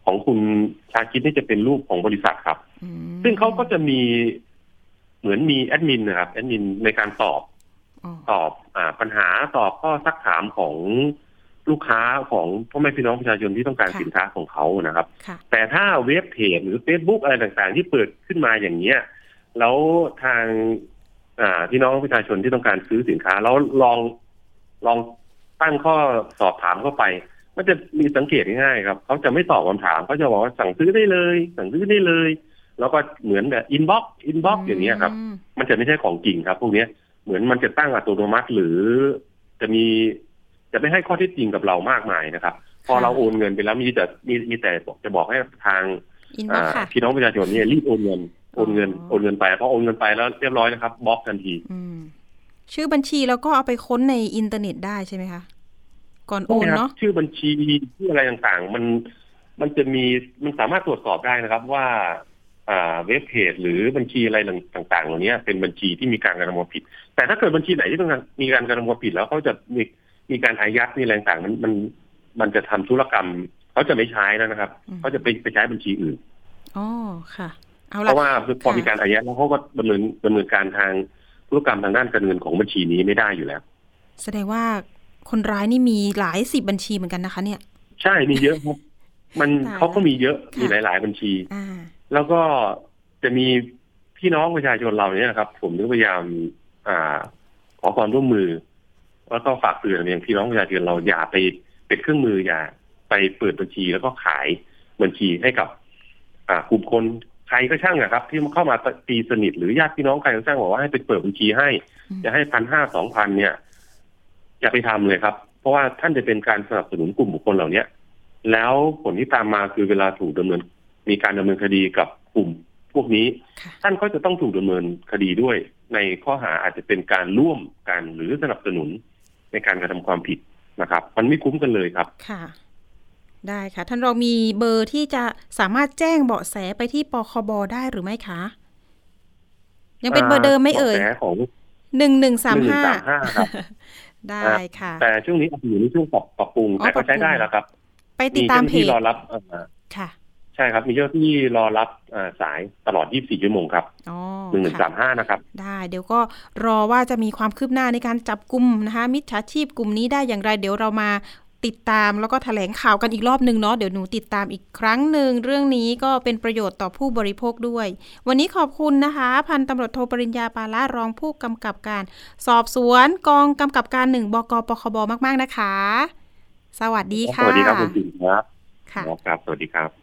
ของคุณชาคิดนี่จะเป็นรูปของบริษัทครับซึ่งเขาก็จะมีเหมือนมีแอดมินนะครับแอดมินในการตอบปัญหาตอบข้อซักถามของลูกค้าของพ่อแม่พี่น้องประชาชนที่ต้องการสินค้าของเขานะครับแต่ถ้าเว็บเพจหรือ Facebook อะไรต่างๆที่เปิดขึ้นมาอย่างเงี้ยแล้วทางพี่น้องประชาชนที่ต้องการซื้อสินค้าแล้วลองตั้งข้อสอบถามเข้าไปมันจะมีสังเกตง่ายๆครับเขาจะไม่ตอบคำถามเขาจะบอกว่าสั่งซื้อได้เลยสั่งซื้อได้เลยแล้วก็เหมือนแบบอินบ็อกซ์อย่างเงี้ยครับมันจะไม่ใช่ของจริงครับพวกนี้เหมือนมันจะตั้งอัตโนมัติหรือจะไม่ให้ข้อเท็จจริงกับเรามากมายนะครับพอเราโอนเงินไปแล้วมีแต่จะบอกให้ทางพี่น้องประชาชนเนี่ยรีบโอนเงินไปพอโอนเงินไปแล้วเรียบร้อยนะครับบล็อกทันทีชื่อบัญชีแล้วก็เอาไปค้นในอินเทอร์เน็ตได้ใช่ไหมคะก่อนโอนเนาะชื่อบัญชีชื่ออะไรต่างๆมันจะมีมันสามารถตรวจสอบได้นะครับว่าเว็บเพจหรือบัญชีอะไรต่างๆเหล่านี้เป็นบัญชีที่มีการกระทำความผิดแต่ถ้าเกิดบัญชีไหนที่ต้องมีการกระทำความผิดแล้วเขาจะมีการอายัดนี่อะไรต่างๆมันจะทำธุรกรรมเขาจะไม่ใช้แล้วนะครับเขาจะไปใช้บัญชีอื่นอ๋อค่ะเพราะว่าพอมีการอายัดแล้วเขาก็ดำเนินการทางธุรกรรมทางด้านการเงินของบัญชีนี้ไม่ได้อยู่แล้วแสดงว่าคนร้ายนี่มีหลาย10บัญชีเหมือนกันนะคะเนี่ยใช่มีเยอะครับเขาก็มีเยอะมีหลายๆบัญชีแล้วก็จะมีพี่น้องประชาชนเราเนี่ยนะครับผมก็พยายามขอความร่วมมือแล้วก็ฝากเตือนอย่างพี่น้องประชาชนเราอย่าไปเป็นเครื่องมืออย่าไปเปิดบัญชีแล้วก็ขายบัญชีให้กับกลุ่มคนใครก็ช่างนะครับที่เข้ามาตีสนิทหรือญาติพี่น้องใครก็ช่างบอกว่าให้ไปเปิดบัญชีให้จะให้ 1,500 2,000 เนี่ยอย่าไปทำเลยครับเพราะว่าท่านจะเป็นการสนับสนุนกลุ่มบุคคลเหล่านี้แล้วผลที่ตามมาคือเวลาถูกมีการดำเนินคดีกับกลุ่มพวกนี้ท่านก็จะต้องถูกดำเนินคดีด้วยในข้อหาอาจจะเป็นการร่วมกันหรือสนับสนุนในการกระทำความผิดนะครับมันไม่คุ้มกันเลยครับค่ะได้ค่ะท่านเรามีเบอร์ที่จะสามารถแจ้งเบาะแสไปที่ปคบ.ได้หรือไม่คะยังเป็นเบอร์เดิมไม่เอ่ย1135 ครับได้ค่ะแต่ช่วงนี้อยู่ในช่วงปรับปรุงแต่ก็ใช้ได้แล้วครับไปติดตามเพจรอรับค่ะใช่ครับมีเจ้าที่รอรับสายตลอด24ชั่วโมงครับ1135นะครับได้เดี๋ยวก็รอว่าจะมีความคืบหน้าในการจับกุมนะคะมิจฉาชีพกลุ่มนี้ได้อย่างไรเดี๋ยวเรามาติดตามแล้วก็แถลงข่าวกันอีกรอบนึงเนาะเดี๋ยวหนูติดตามอีกครั้งนึงเรื่องนี้ก็เป็นประโยชน์ต่อผู้บริโภคด้วยวันนี้ขอบคุณนะคะพันตำรวจโทปริญญาปาละรองผู้กำกับการสอบสวนกองกำกับการ1บก.ปคบ.มากๆนะคะสวัสดีค่ะสวัสดีครับคุณจิ๋วครับค่ะครับสวัสดีครับ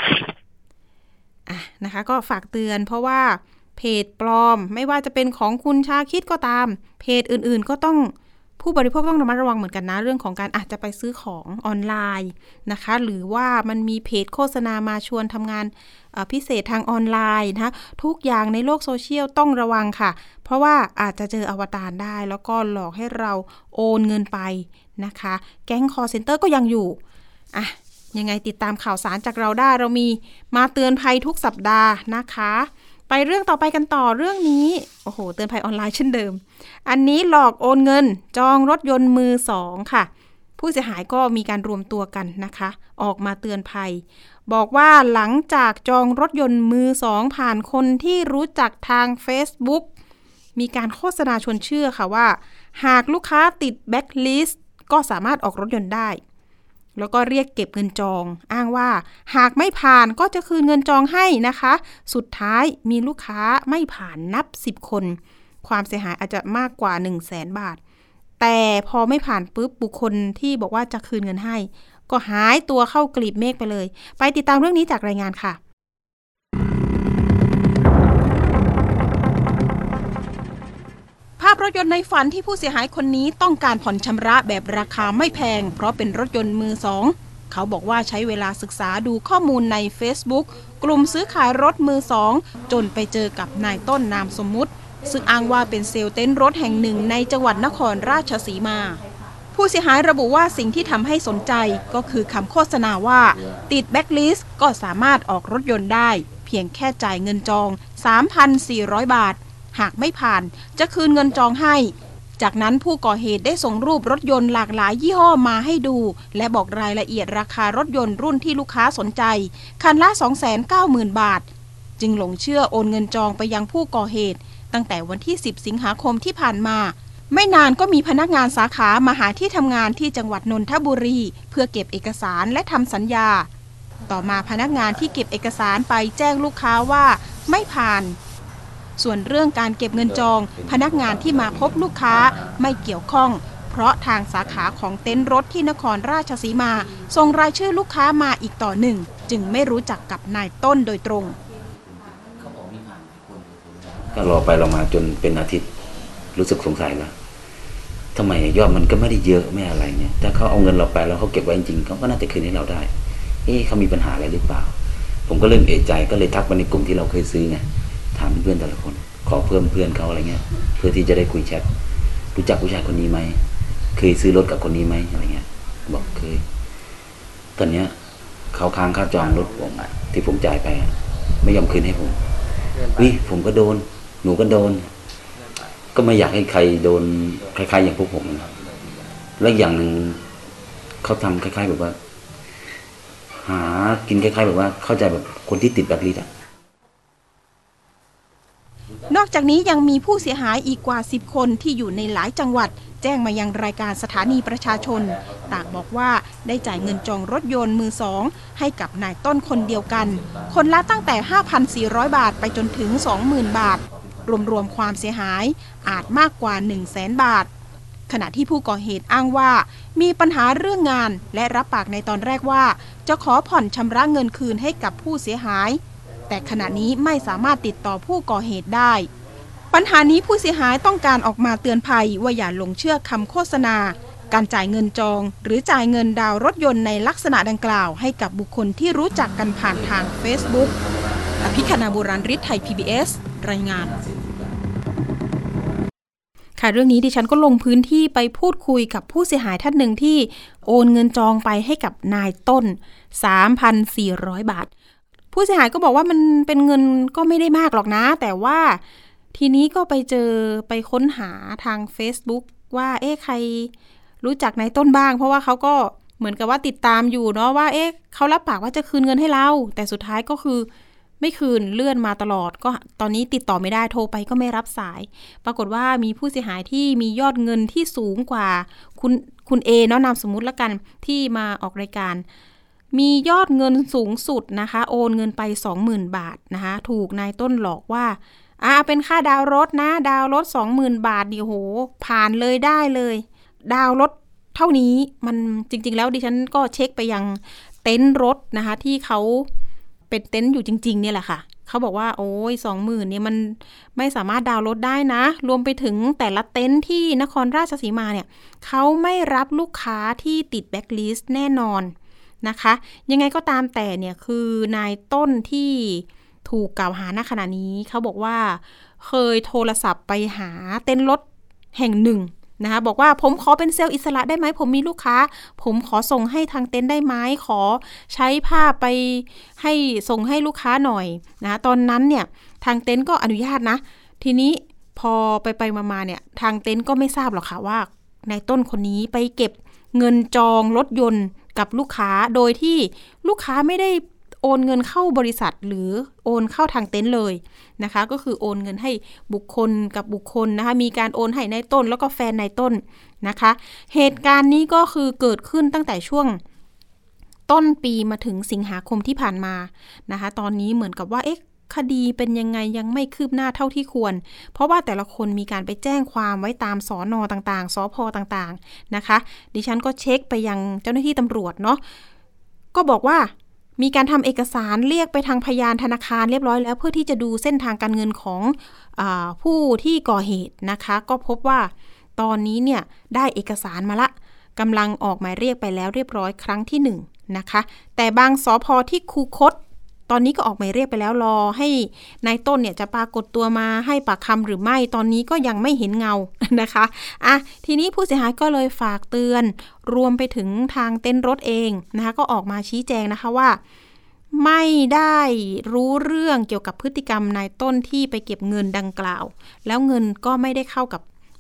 นะคะก็ฝากเตือนเพราะว่าเพจปลอมไม่ว่าจะเป็นของคุณชาคิดก็ตามเพจอื่นๆก็ต้องผู้บริโภคต้องระมัดระวังเหมือนกันนะเรื่องของการอาจจะไปซื้อของออนไลน์นะคะหรือว่ามันมีเพจโฆษณามาชวนทำงานพิเศษทางออนไลน์นะคะทุกอย่างในโลกโซเชียลต้องระวังค่ะเพราะว่าอาจจะเจออวตารได้แล้วก็หลอกให้เราโอนเงินไปนะคะแก๊งคอลเซ็นเตอร์ก็ยังอยู่ยังไงติดตามข่าวสารจากเราได้เรามีมาเตือนภัยทุกสัปดาห์นะคะไปเรื่องต่อไปกันต่อเรื่องนี้โอ้โหเตือนภัยออนไลน์เช่นเดิมอันนี้หลอกโอนเงินจองรถยนต์มือสองค่ะผู้เสียหายก็มีการรวมตัวกันนะคะออกมาเตือนภัยบอกว่าหลังจากจองรถยนต์มือสองผ่านคนที่รู้จักทาง Facebook มีการโฆษณาชวนเชื่อค่ะว่าหากลูกค้าติดแบ็คลิสต์ก็สามารถออกรถยนต์ได้แล้วก็เรียกเก็บเงินจองอ้างว่าหากไม่ผ่านก็จะคืนเงินจองให้นะคะสุดท้ายมีลูกค้าไม่ผ่านนับ10คนความเสียหายอาจจะมากกว่า 100,000 บาทแต่พอไม่ผ่านปุ๊บบุคคลที่บอกว่าจะคืนเงินให้ก็หายตัวเข้ากลีบเมฆไปเลยไปติดตามเรื่องนี้จากรายงานค่ะภาพรถยนต์ในฝันที่ผู้เสียหายคนนี้ต้องการผ่อนชำระแบบราคาไม่แพงเพราะเป็นรถยนต์มือสองเขาบอกว่าใช้เวลาศึกษาดูข้อมูลใน Facebook กลุ่มซื้อขายรถมือสองจนไปเจอกับนายต้นนามสมมุติซึ่งอ้างว่าเป็นเซลล์เต็นท์รถแห่งหนึ่งในจังหวัดนครราชสีมาผู้เสียหายระบุว่าสิ่งที่ทำให้สนใจก็คือคำโฆษณาว่าติดแบ็คลิสต์ก็สามารถออกรถยนต์ได้เพียงแค่จ่ายเงินจอง 3,400 บาทหากไม่ผ่านจะคืนเงินจองให้จากนั้นผู้ก่อเหตุได้ส่งรูปรถยนต์หลากหลายยี่ห้อมาให้ดูและบอกรายละเอียดราคารถยนต์รุ่นที่ลูกค้าสนใจคันละ 290,000 บาทจึงหลงเชื่อโอนเงินจองไปยังผู้ก่อเหตุตั้งแต่วันที่10 สิงหาคมที่ผ่านมาไม่นานก็มีพนักงานสาขามาหาที่ทำงานที่จังหวัดนนทบุรีเพื่อเก็บเอกสารและทำสัญญาต่อมาพนักงานที่เก็บเอกสารไปแจ้งลูกค้าว่าไม่ผ่านส่วนเรื่องการเก็บเงินจองพนักงานที่มาพบลูกค้าไม่เกี่ยวข้องเพราะทางสาขาของเต็นท์รถที่นครราชสีมาส่งรายชื่อลูกค้ามาอีกต่อหนึ่งจึงไม่รู้จักกับนายต้นโดยตรงก็รอไปรอมาจนเป็นอาทิตย์รู้สึกสงสัยแล้วทำไมยอดมันก็ไม่ได้เยอะไม่อะไรเนี่ยถ้าเขาเอาเงินเราไปแล้วเขาเก็บไว้จริงๆเขาก็น่าจะคืนให้เราได้เขามีปัญหาอะไรหรือเปล่าผมก็เริ่มเอะใจก็เลยทักไปในกลุ่มที่เราเคยซื้อไงถามเพื่อนแต่ละคนขอเพิ่มเพื่อนเขาอะไรเงี้ยเพื่อที่จะได้คุยแชทรู้จักผู้ชายคนนี้ไหมเคยซื้อรถกับคนนี้ไหมอะไรเงี้ยบอกเคยตอนเนี้ยเขาค้างค่าจองรถผมที่ผมจ่ายไปไม่ยอมคืนให้ผมผมก็โดนหนูก็โดนก็ไม่อยากให้ใครโดนคล้ายๆอย่างพวกผมนะและอย่างหนึ่งเขาทำคล้ายๆแบบว่าหากินคล้ายๆแบบว่าเข้าใจแบบคนที่ติดแบล็คลิสต์นอกจากนี้ยังมีผู้เสียหายอีกกว่า10 คนที่อยู่ในหลายจังหวัดแจ้งมายังรายการสถานีประชาชนต่างบอกว่าได้จ่ายเงินจองรถยนต์มือสองให้กับนายต้นคนเดียวกันคนละตั้งแต่ 5,400 บาทไปจนถึง 20,000 บาทรวมความเสียหายอาจมากกว่า 100,000 บาทขณะที่ผู้ก่อเหตุอ้างว่ามีปัญหาเรื่องงานและรับปากในตอนแรกว่าจะขอผ่อนชำระเงินคืนให้กับผู้เสียหายแต่ขณะนี้ไม่สามารถติดต่อผู้ก่อเหตุได้ปัญหานี้ผู้เสียหายต้องการออกมาเตือนภัยว่าอย่าหลงเชื่อคำโฆษณาการจ่ายเงินจองหรือจ่ายเงินดาวน์รถยนต์ในลักษณะดังกล่าวให้กับบุคคลที่รู้จักกันผ่านทาง Facebook อภิคณา บุราริศ ไทย PBS รายงานค่ะเรื่องนี้ดิฉันก็ลงพื้นที่ไปพูดคุยกับผู้เสียหายท่านหนึ่งที่โอนเงินจองไปให้กับนายต้น 3,400 บาทผู้เสียหายก็บอกว่ามันเป็นเงินก็ไม่ได้มากหรอกนะแต่ว่าทีนี้ก็ไปค้นหาทาง Facebook ว่าใครรู้จักนายต้นบ้างเพราะว่าเขาก็เหมือนกับว่าติดตามอยู่เนาะว่าเขารับปากว่าจะคืนเงินให้เราแต่สุดท้ายก็คือไม่คืนเลื่อนมาตลอดก็ตอนนี้ติดต่อไม่ได้โทรไปก็ไม่รับสายปรากฏว่ามีผู้เสียหายที่มียอดเงินที่สูงกว่าคุณเอเนาะนามสมมุติละกันที่มาออกรายการมียอดเงินสูงสุดนะคะโอนเงินไป 20,000 บาทนะคะถูกนายต้นหลอกว่าเป็นค่าดาวรถนะดาวรถ 20,000 บาทดิโหผ่านเลยได้เลยดาวรถเท่านี้มันจริงๆแล้วดิฉันก็เช็คไปยังเต็นท์รถนะคะที่เขาเป็นเต็นท์อยู่จริงๆเนี่ยแหละค่ะเขาบอกว่าโอ้ย 20,000 เนี่ยมันไม่สามารถดาวน์รถได้นะรวมไปถึงแต่ละเต็นท์ที่นครราชสีมาเนี่ยเขาไม่รับลูกค้าที่ติดแบล็คลิสต์แน่นอนนะคะยังไงก็ตามแต่เนี่ยคือนายต้นที่ถูกกล่าวหาณขณะนี้เขาบอกว่าเคยโทรศัพท์ไปหาเต็นท์รถแห่งหนึ่งนะคะบอกว่าผมขอเป็นเซลล์อิสระได้ไหมผมมีลูกค้าผมขอส่งให้ทางเต็นท์ได้ไหมขอใช้ภาพไปให้ส่งให้ลูกค้าหน่อยนะตอนนั้นเนี่ยทางเต็นท์ก็อนุญาตนะทีนี้พอไปมาเนี่ยทางเต็นท์ก็ไม่ทราบหรอกค่ะว่านายต้นคนนี้ไปเก็บเงินจองรถยนต์กับลูกค้าโดยที่ลูกค้าไม่ได้โอนเงินเข้าบริษัทหรือโอนเข้าทางเต็นท์เลยนะคะก็คือโอนเงินให้บุคคลกับบุคคลนะคะมีการโอนให้นายต้นแล้วก็แฟนนายต้นนะคะเหตุการณ์นี้ก็คือเกิดขึ้นตั้งแต่ช่วงต้นปีมาถึงสิงหาคมที่ผ่านมานะคะตอนนี้เหมือนกับว่าคดีเป็นยังไงยังไม่คืบหน้าเท่าที่ควรเพราะว่าแต่ละคนมีการไปแจ้งความไว้ตามสน.ต่างๆสภ.ต่างๆนะคะดิฉันก็เช็คไปยังเจ้าหน้าที่ตำรวจเนาะก็บอกว่ามีการทำเอกสารเรียกไปทางพยานธนาคารเรียบร้อยแล้วเพื่อที่จะดูเส้นทางการเงินของผู้ที่ก่อเหตุนะคะก็พบว่าตอนนี้เนี่ยได้เอกสารมาละกำลังออกหมายเรียกไปแล้วเรียบร้อยครั้งที่1นะคะแต่บางสภ.ที่คูคตตอนนี้ก็ออกหมายเรียกไปแล้วรอให้นายต้นเนี่ยจะปรากฏตัวมาให้ปากคำหรือไม่ตอนนี้ก็ยังไม่เห็นเงานะคะทีนี้ผู้เสียหายก็เลยฝากเตือนรวมไปถึงทางเต็นท์รถเองนะคะก็ออกมาชี้แจงนะคะว่าไม่ได้รู้เรื่องเกี่ยวกับพฤติกรรมนายต้นที่ไปเก็บเงินดังกล่าวแล้วเงินก็ไม่ได้เข้ากับ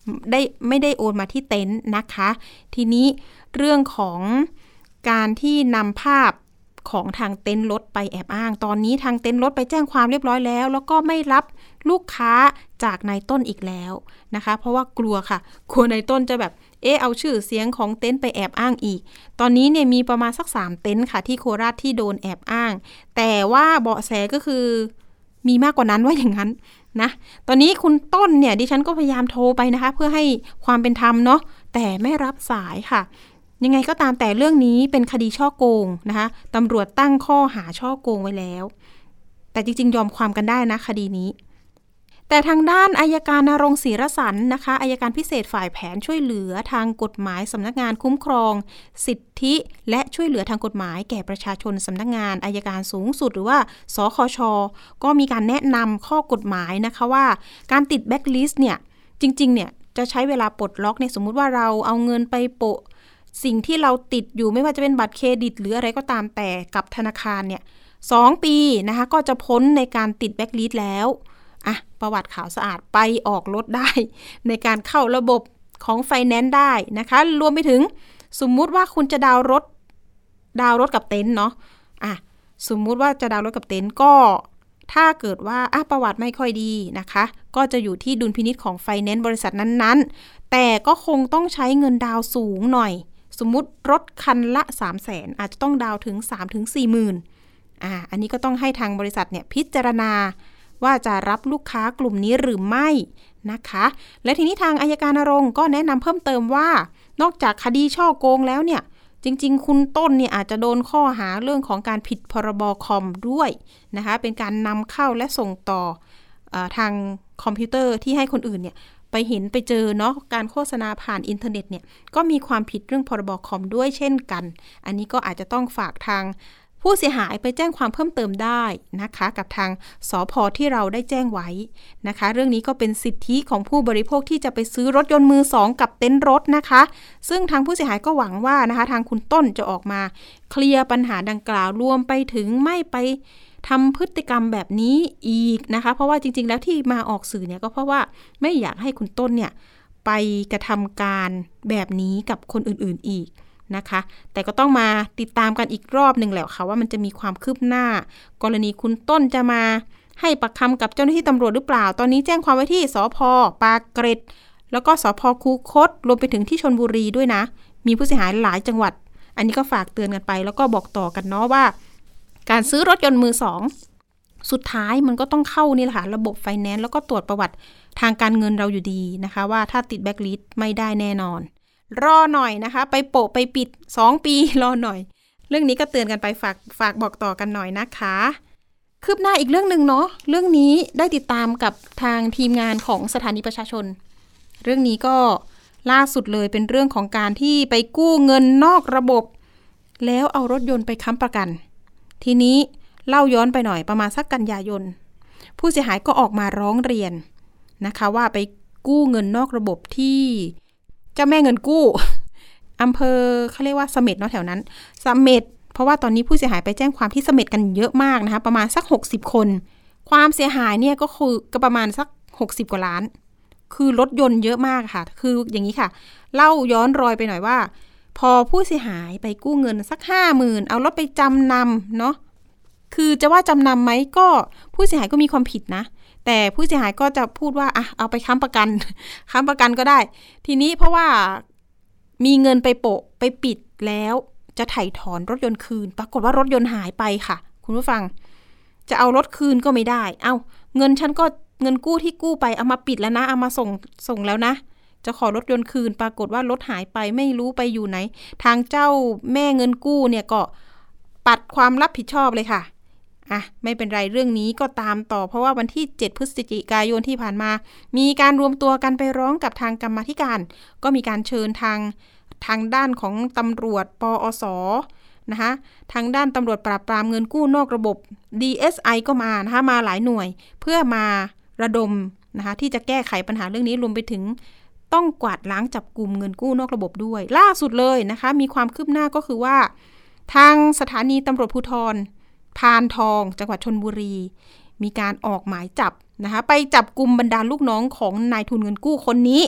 ไม่ได้โอนมาที่เต็นท์นะคะทีนี้เรื่องของการที่นำภาพของทางเต็นท์รถไปแอบอ้างตอนนี้ทางเต็นท์รถไปแจ้งความเรียบร้อยแล้วก็ไม่รับลูกค้าจากนายต้นอีกแล้วนะคะเพราะว่ากลัวค่ะกลัวนายต้นจะแบบเอาชื่อเสียงของเต็นท์ไปแอบอ้างอีกตอนนี้เนี่ยมีประมาณสัก3เต็นท์ค่ะที่โคราชที่โดนแอบอ้างแต่ว่าเบาะแสก็คือมีมากกว่านั้นว่าอย่างนั้นนะตอนนี้คุณต้นเนี่ยดิฉันก็พยายามโทรไปนะคะเพื่อให้ความเป็นธรรมเนาะแต่ไม่รับสายค่ะยังไงก็ตามแต่เรื่องนี้เป็นคดีฉ้อโกงนะคะตำรวจตั้งข้อหาฉ้อโกงไว้แล้วแต่จริงๆยอมความกันได้นะคดีนี้แต่ทางด้านอัยการณรงค์ศรีรสันต์นะคะอัยการพิเศษฝ่ายแผนช่วยเหลือทางกฎหมายสำนักงานคุ้มครองสิทธิและช่วยเหลือทางกฎหมายแก่ประชาชนสำนักงานอัยการสูงสุดหรือว่าสคช.ก็มีการแนะนำข้อกฎหมายนะคะว่าการติดแบ็คลิสต์เนี่ยจริงๆเนี่ยจะใช้เวลาปลดล็อกเนี่ยสมมุติว่าเราเอาเงินไปโปะสิ่งที่เราติดอยู่ไม่ว่าจะเป็นบัตรเครดิตหรืออะไรก็ตามแต่กับธนาคารเนี่ย2 ปีนะคะก็จะพ้นในการติดแบ็คลิสต์แล้วประวัติขาวสะอาดไปออกรถได้ในการเข้าระบบของไฟแนนซ์ได้นะคะรวมไปถึงสมมุติว่าคุณจะดาวน์รถกับเต็นท์เนาะสมมุติว่าจะดาวน์รถกับเต็นท์ก็ถ้าเกิดว่าประวัติไม่ค่อยดีนะคะก็จะอยู่ที่ดุลพินิจของไฟแนนซ์บริษัทนั้นๆแต่ก็คงต้องใช้เงินดาวน์สูงหน่อยสมมุติรถคันละ 300,000 อาจจะต้องดาวน์ถึง 3-4 หมื่นอันนี้ก็ต้องให้ทางบริษัทเนี่ยพิจารณาว่าจะรับลูกค้ากลุ่มนี้หรือไม่นะคะและทีนี้ทางอัยการณรงค์ก็แนะนำเพิ่มเติมว่านอกจากคดีฉ้อโกงแล้วเนี่ยจริงๆคุณต้นเนี่ยอาจจะโดนข้อหาเรื่องของการผิดพรบคอมด้วยนะคะเป็นการนำเข้าและส่งต่อทางคอมพิวเตอร์ที่ให้คนอื่นเนี่ยไปเห็นไปเจอเนาะการโฆษณาผ่านอินเทอร์เน็ตเนี่ยก็มีความผิดเรื่องพรบคอมด้วยเช่นกันอันนี้ก็อาจจะต้องฝากทางผู้เสียหายไปแจ้งความเพิ่มเติมได้นะคะกับทางสภ.ที่เราได้แจ้งไว้นะคะเรื่องนี้ก็เป็นสิทธิของผู้บริโภคที่จะไปซื้อรถยนต์มือสองกับเต็นท์รถนะคะซึ่งทางผู้เสียหายก็หวังว่านะคะทางคุณต้นจะออกมาเคลียร์ปัญหาดังกล่าวรวมไปถึงไม่ไปทำพฤติกรรมแบบนี้อีกนะคะเพราะว่าจริงๆแล้วที่มาออกสื่อเนี่ยก็เพราะว่าไม่อยากให้คุณต้นเนี่ยไปกระทำการแบบนี้กับคนอื่นๆอีกนะคะแต่ก็ต้องมาติดตามกันอีกรอบหนึ่งแหละค่ะว่ามันจะมีความคืบหน้ากรณีคุณต้นจะมาให้ปากคำกับเจ้าหน้าที่ตำรวจหรือเปล่าตอนนี้แจ้งความไว้ที่สภ.ปากเกร็ดแล้วก็สภ.คูคตรวมไปถึงที่ชลบุรีด้วยนะมีผู้เสียหายหลายจังหวัดอันนี้ก็ฝากเตือนกันไปแล้วก็บอกต่อกันเนาะว่าการซื้อรถยนต์มือสองสุดท้ายมันก็ต้องเข้านี่แหละค่ะระบบไฟแนนซ์แล้วก็ตรวจประวัติทางการเงินเราอยู่ดีนะคะว่าถ้าติดแบ็คลิสต์ไม่ได้แน่นอนรอหน่อยนะคะไปโปะไปปิด2 ปีรอหน่อยเรื่องนี้ก็เตือนกันไปฝากบอกต่อกันหน่อยนะคะคืบหน้าอีกเรื่องนึงเนาะเรื่องนี้ได้ติดตามกับทางทีมงานของสถานีประชาชนเรื่องนี้ก็ล่าสุดเลยเป็นเรื่องของการที่ไปกู้เงินนอกระบบแล้วเอารถยนต์ไปค้ำประกันทีนี้เล่าย้อนไปหน่อยประมาณสักกันยายนผู้เสียหายก็ออกมาร้องเรียนนะคะว่าไปกู้เงินนอกระบบที่เจ้าแม่เงินกู้อำเภอเขาเรียกว่าเสม็ดเนาะแถวนั้นเสม็ดเพราะว่าตอนนี้ผู้เสียหายไปแจ้งความที่เสม็ดกันเยอะมากนะคะประมาณสัก60 คนความเสียหายเนี่ยก็คือก็ประมาณสัก60 กว่าล้านคือรถยนต์เยอะมากค่ะคืออย่างนี้ค่ะเล่าย้อนรอยไปหน่อยว่าพอผู้เสียหายไปกู้เงินสัก 50,000 เอารถไปจำนำเนาะคือจะว่าจำนำไหมก็ผู้เสียหายก็มีความผิดนะแต่ผู้เสียหายก็จะพูดว่าเอาไปค้ำประกันก็ได้ทีนี้เพราะว่ามีเงินไปโปะไปปิดแล้วจะไถ่ถอนรถยนต์คืนปรากฏว่ารถยนต์หายไปค่ะคุณผู้ฟังจะเอารถคืนก็ไม่ได้เงินฉันก็เงินกู้ที่กู้ไปเอามาปิดแล้วนะเอามาส่งแล้วนะจะขอรถยนต์คืนปรากฏว่ารถหายไปไม่รู้ไปอยู่ไหนทางเจ้าแม่เงินกู้เนี่ยก็ปัดความรับผิดชอบเลยค่ะไม่เป็นไรเรื่องนี้ก็ตามต่อเพราะว่าวันที่7 พฤศจิกายนที่ผ่านมามีการรวมตัวกันไปร้องกับทางกรรมาธิการก็มีการเชิญทางด้านของตำรวจปอส.นะคะทางด้านตำรวจปราบปรามเงินกู้นอกระบบ DSI ก็มานะคะมาหลายหน่วยเพื่อมาระดมนะคะที่จะแก้ไขปัญหาเรื่องนี้รวมไปถึงต้องกวาดล้างจับกุมเงินกู้นอกระบบด้วยล่าสุดเลยนะคะมีความคืบหน้าก็คือว่าทางสถานีตำรวจภูธรพานทองจังหวัดชลบุรีมีการออกหมายจับนะคะไปจับกุมบรรดาลูกน้องของนายทุนเงินกู้คนนี้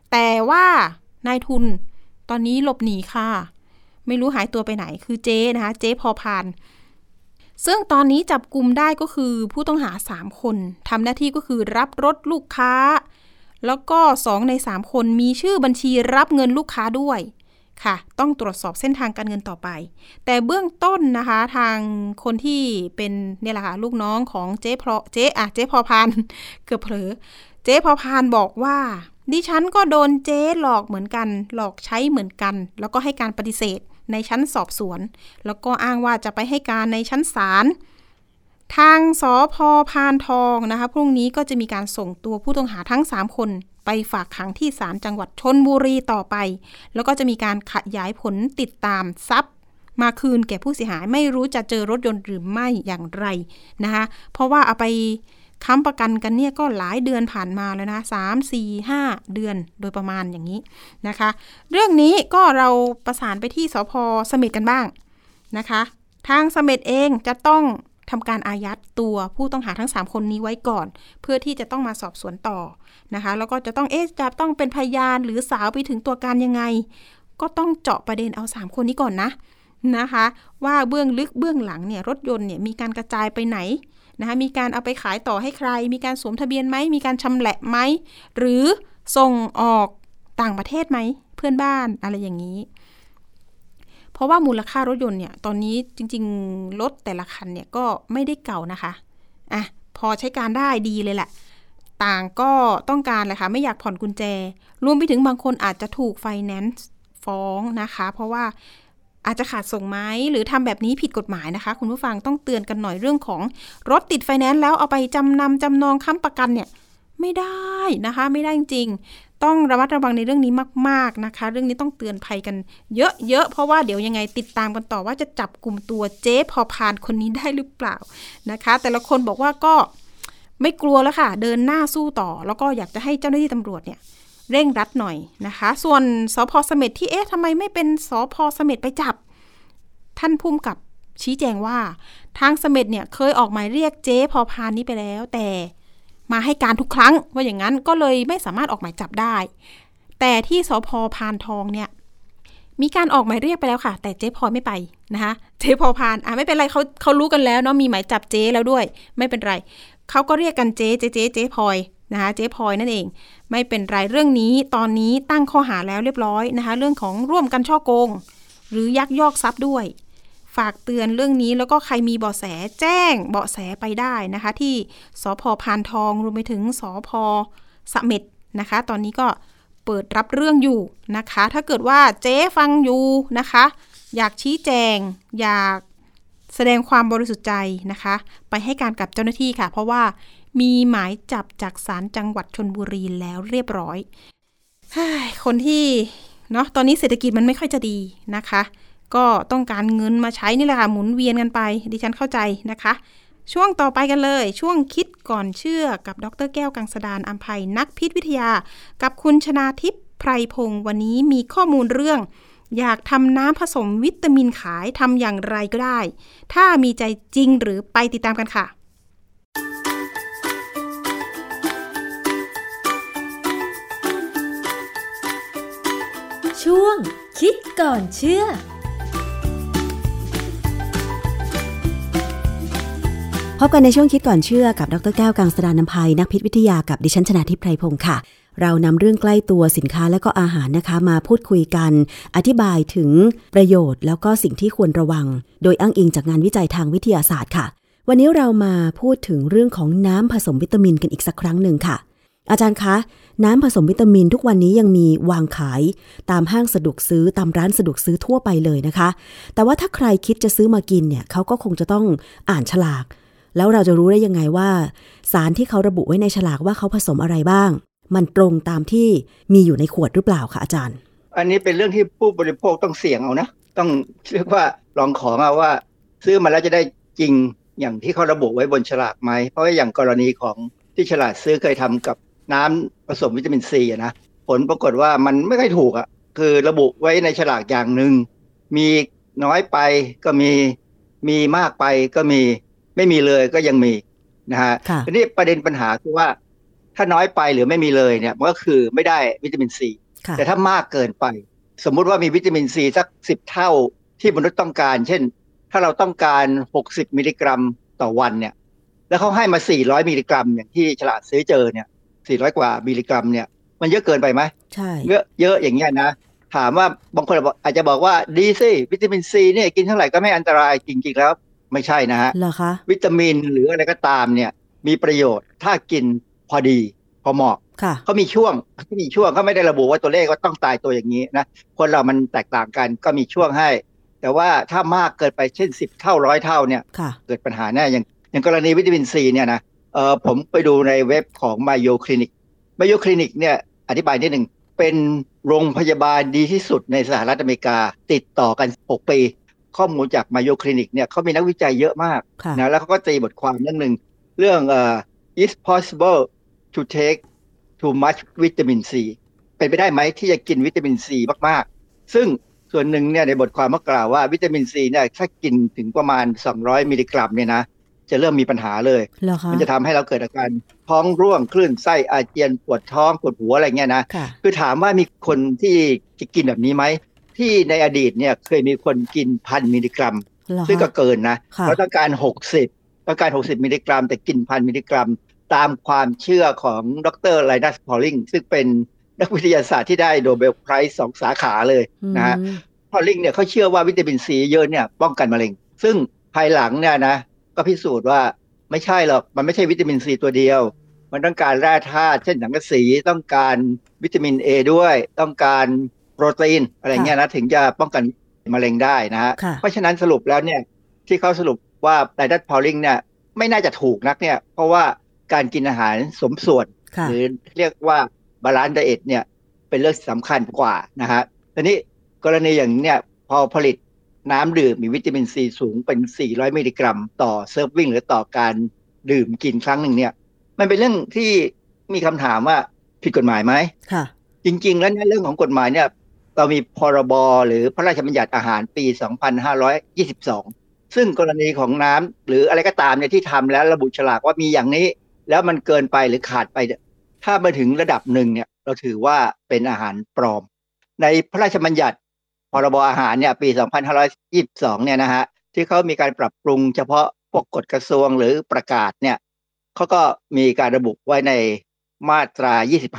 แต่ว่านายทุนตอนนี้หลบหนีค่ะไม่รู้หายตัวไปไหนคือเจ๊นะคะเจ๊พอพานซึ่งตอนนี้จับกุมได้ก็คือผู้ต้องหา3คนทำหน้าที่ก็คือรับรถลูกค้าแล้วก็2ใน3คนมีชื่อบัญชีรับเงินลูกค้าด้วยค่ะต้องตรวจสอบเส้นทางการเงินต่อไปแต่เบื้องต้นนะคะทางคนที่เป็นเนี่ยแหละค่ะลูกน้องของเจ๊พอพานเกือบเผลอเจ๊พอพานบอกว่าดิฉันก็โดนเจ๊หลอกเหมือนกันหลอกใช้เหมือนกันแล้วก็ให้การปฏิเสธในชั้นสอบสวนแล้วก็อ้างว่าจะไปให้การในชั้นศาลทางสภ.พานทองนะคะพรุ่งนี้ก็จะมีการส่งตัวผู้ต้องหาทั้ง3คนไปฝากขังที่ศาลจังหวัดชลบุรีต่อไปแล้วก็จะมีการขยายผลติดตามทรัพย์มาคืนแก่ผู้เสียหายไม่รู้จะเจอรถยนต์หรือไม่อย่างไรนะคะเพราะว่าเอาไปค้ำประกันกันเนี่ยก็หลายเดือนผ่านมาแล้วนะ3, 4, 5 เดือนโดยประมาณอย่างนี้นะคะเรื่องนี้ก็เราประสานไปที่สภ.เสม็ดกันบ้างนะคะทางเสม็ดเองจะต้องทำการอายัดตัวผู้ต้องหาทั้ง3คนนี้ไว้ก่อนเพื่อที่จะต้องมาสอบสวนต่อนะคะแล้วก็จะต้องจะต้องเป็นพยานหรือสาวไปถึงตัวการยังไงก็ต้องเจาะประเด็นเอา3คนนี้ก่อนนะคะว่าเบื้องลึกเบื้องหลังเนี่ยรถยนต์เนี่ยมีการกระจายไปไหนนะคะมีการเอาไปขายต่อให้ใครมีการสวมทะเบียนไหมมีการชำแหละไหมหรือส่งออกต่างประเทศไหมเพื่อนบ้านอะไรอย่างนี้เพราะว่ามูลค่ารถยนต์เนี่ยตอนนี้จริงๆรถแต่ละคันเนี่ยก็ไม่ได้เก่านะคะพอใช้การได้ดีเลยแหละต่างก็ต้องการเลยค่ะไม่อยากผ่อนกุญแจรวมไปถึงบางคนอาจจะถูกไฟแนนซ์ฟ้องนะคะเพราะว่าอาจจะขาดส่งไหมหรือทำแบบนี้ผิดกฎหมายนะคะคุณผู้ฟังต้องเตือนกันหน่อยเรื่องของรถติดไฟแนนซ์แล้วเอาไปจำนำจำนองค้ำประกันเนี่ยไม่ได้นะคะไม่ได้จริงๆต้องระมัดระวังในเรื่องนี้มากๆนะคะเรื่องนี้ต้องเตือนภัยกันเยอะๆเพราะว่าเดี๋ยวยังไงติดตามกันต่อว่าจะจับกลุ่มตัวเจ๊พอพานคนนี้ได้หรือเปล่านะคะแต่ละคนบอกว่าก็ไม่กลัวแล้วค่ะเดินหน้าสู้ต่อแล้วก็อยากจะให้เจ้าหน้าที่ตำรวจเนี่ยเร่งรัดหน่อยนะคะส่วนสภ.เสม็ดที่ทำไมไม่เป็นสภ.เสม็ดไปจับท่านผู้กำกับชี้แจงว่าทางเสม็ดเนี่ยเคยออกหมายเรียกเจ๊พอพานนี้ไปแล้วแต่มาให้การทุกครั้งว่าอย่างนั้นก็เลยไม่สามารถออกหมายจับได้แต่ที่สภ.พานทองเนี่ยมีการออกหมายเรียกไปแล้วค่ะแต่เจ๊พลอยไม่ไปนะคะเจ๊พอพานไม่เป็นไรเขารู้กันแล้วเนาะมีหมายจับเจ๊แล้วด้วยไม่เป็นไรเขาก็เรียกกันเจ๊พลอยนะคะเจ๊พลอยนั่นเองไม่เป็นไรเรื่องนี้ตอนนี้ตั้งข้อหาแล้วเรียบร้อยนะคะเรื่องของร่วมกันฉ้อโกงหรือยักยอกทรัพย์ด้วยฝากเตือนเรื่องนี้แล้วก็ใครมีเบาะแสแจ้งเบาะแสไปได้นะคะที่สภ.พานทองรวมไปถึงสภ.เสม็ดนะคะตอนนี้ก็เปิดรับเรื่องอยู่นะคะถ้าเกิดว่าเจ๊ฟังอยู่นะคะอยากชี้แจงอยากแสดงความบริสุทธิ์ใจนะคะไปให้การกับเจ้าหน้าที่ค่ะเพราะว่ามีหมายจับจากศาลจังหวัดชลบุรีแล้วเรียบร้อยคนที่เนาะตอนนี้เศรษฐกิจมันไม่ค่อยจะดีนะคะก็ต้องการเงินมาใช้นี่แหละค่ะหมุนเวียนกันไปดิฉันเข้าใจนะคะช่วงต่อไปกันเลยช่วงคิดก่อนเชื่อกับดร.แก้วกังสดาลอำไพนักพิษวิทยากับคุณชนาทิพย์ไพรพงศ์วันนี้มีข้อมูลเรื่องอยากทำน้ำผสมวิตามินขายทำอย่างไรก็ได้ถ้ามีใจจริงหรือไปติดตามกันค่ะช่วงคิดก่อนเชื่อพบกันในช่วงคิดก่อนเชื่อกับดร.แก้วกังสดาลอำไพนักพิษวิทยากับดิฉันชนาทิพย์ไพรพงศ์ค่ะเรานำเรื่องใกล้ตัวสินค้าและก็อาหารนะคะมาพูดคุยกันอธิบายถึงประโยชน์แล้วก็สิ่งที่ควรระวังโดยอ้างอิงจากงานวิจัยทางวิทยาศาสตร์ค่ะวันนี้เรามาพูดถึงเรื่องของน้ำผสมวิตามินกันอีกสักครั้งหนึ่งค่ะอาจารย์คะน้ำผสมวิตามินทุกวันนี้ยังมีวางขายตามห้างสะดวกซื้อตามร้านสะดวกซื้อทั่วไปเลยนะคะแต่ว่าถ้าใครคิดจะซื้อมากินเนี่ยเขาก็คงจะต้องอ่านฉลากแล้วเราจะรู้ได้ยังไงว่าสารที่เขาระบุไว้ในฉลากว่าเขาผสมอะไรบ้างมันตรงตามที่มีอยู่ในขวดหรือเปล่าคะอาจารย์อันนี้เป็นเรื่องที่ผู้บริโภคต้องเสี่ยงเอานะต้องเรียกว่าลองของเอาว่าซื้อมาแล้วจะได้จริงอย่างที่เขาระบุไว้บนฉลากไหมเพราะว่าอย่างกรณีของที่ฉลาดซื้อเคยทำกับน้ำผสมวิตามินซีนะผลปรากฏว่ามันไม่ค่อยถูกคือระบุไว้ในฉลากอย่างหนึ่งมีน้อยไปก็มีมากไปก็มีไม่มีเลยก็ยังมีนะฮะทีนี้ประเด็นปัญหาคือว่าถ้าน้อยไปหรือไม่มีเลยเนี่ยมันก็คือไม่ได้วิตามินซีแต่ถ้ามากเกินไปสมมุติว่ามีวิตามินซีสัก10เท่าที่มนุษย์ต้องการเช่นถ้าเราต้องการ60มิลลิกรัมต่อวันเนี่ยแล้วเขาให้มา400มิลลิกรัมอย่างที่ฉลาดซื้อเจอเนี่ย400กว่ามิลลิกรัมเนี่ยมันเยอะเกินไปไหมใช่เยอะอย่างเงี้ยนะถามว่าบางคนอาจจะบอกว่าดีสิวิตามินซีเนี่ยกินเท่าไหร่ก็ไม่อันตรายจริงๆแล้วไม่ใช่นะฮะเหรอคะวิตามินหรืออะไรก็ตามเนี่ยมีประโยชน์ถ้ากินพอดีพอเหมาะเขามีช่วงเขาไม่ได้ระบุว่าตัวเลขก็ต้องตายตัวอย่างนี้นะคนเรามันแตกต่างกันก็มีช่วงให้แต่ว่าถ้ามากเกินไปเช่น10เท่า100เท่าเนี่ยเกิดปัญหาแน่อย่างกรณีวิตามินซีเนี่ยนะผมไปดูในเว็บของ Mayo Clinic เนี่ยอธิบายนิดนึงเป็นโรงพยาบาลดีที่สุดในสหรัฐอเมริกาติดต่อกัน6ปีข้อมูลจาก Mayo Clinic เนี่ยเขามีนักวิจัยเยอะมากนะแล้วเขาก็ตีบทความเรื่องis possible to take too much vitamin C เป็นไปได้ไหมที่จะกินวิตามินซีมากๆซึ่งส่วนหนึ่งเนี่ยในบทความกล่าวว่าวิตามินซีเนี่ยถ้ากินถึงประมาณ200มิลลิกรัมเนี่ยนะจะเริ่มมีปัญหาเลยมันจะทำให้เราเกิดอาการท้องร่วงคลื่นไส้อาเจียนปวดท้องปวดหัวอะไรเงี้ยนะคือถามว่ามีคนที่จะกินแบบนี้ไหมที่ในอดีตเนี่ยเคยมีคนกิน1,000 มิลลิกรัมซึ่งก็เกินนะเขาต้องการ60มิลลิกรัมแต่กิน1,000 มิลลิกรัมตามความเชื่อของดร. ไลนัส พอลลิงซึ่งเป็นนักวิทยาศาสตร์ที่ได้โนเบลไพรส์2 สาขาเลยนะฮะพอลลิงเนี่ยเขาเชื่อว่าวิตามินซีเยอะเนี่ยป้องกันมะเร็งซึ่งภายหลังเนี่ยนะก็พิสูจน์ว่าไม่ใช่หรอกมันไม่ใช่วิตามินซีตัวเดียวมันต้องการแร่ธาตุเช่นสังกะสีต้องการวิตามิน A ด้วยต้องการโปรตีนอะไรเงี้ยนะถึงจะป้องกันมะเร็งได้นะฮะเพราะฉะนั้นสรุปแล้วเนี่ยที่เขาสรุปว่าไลนัส พอลลิงเนี่ยไม่น่าจะถูกนักเนี่ยเพราะว่าการกินอาหารสมส่วนหรือเรียกว่าบาลานซ์ไดเอทเนี่ยเป็นเรื่องสำคัญกว่านะฮะทีนี้กรณีอย่างเนี้ยพอผลิตน้ำดื่มมีวิตามินซีสูงเป็น400มิลลิกรัมต่อเซิร์ฟวิ่งหรือต่อการดื่มกินครั้งหนึ่งเนี่ยมันเป็นเรื่องที่มีคำถามว่าผิดกฎหมายไหมค่ะจริงๆแล้วในเรื่องของกฎหมายเนี่ยเรามีพรบหรือพระราชบัญญัติอาหารปี2522ซึ่งกรณีของน้ำหรืออะไรก็ตามเนี่ยที่ทำแล้วระบุฉลากว่ามีอย่างนี้แล้วมันเกินไปหรือขาดไปถ้ามาถึงระดับหนึ่งเนี่ยเราถือว่าเป็นอาหารปลอมในพระราชบัญญัติพรบอาหารเนี่ยปี2522เนี่ยนะฮะที่เขามีการปรับปรุงเฉพาะพวกกฎกระทรวงหรือประกาศเนี่ยเขาก็มีการระบุไว้ในมาตรา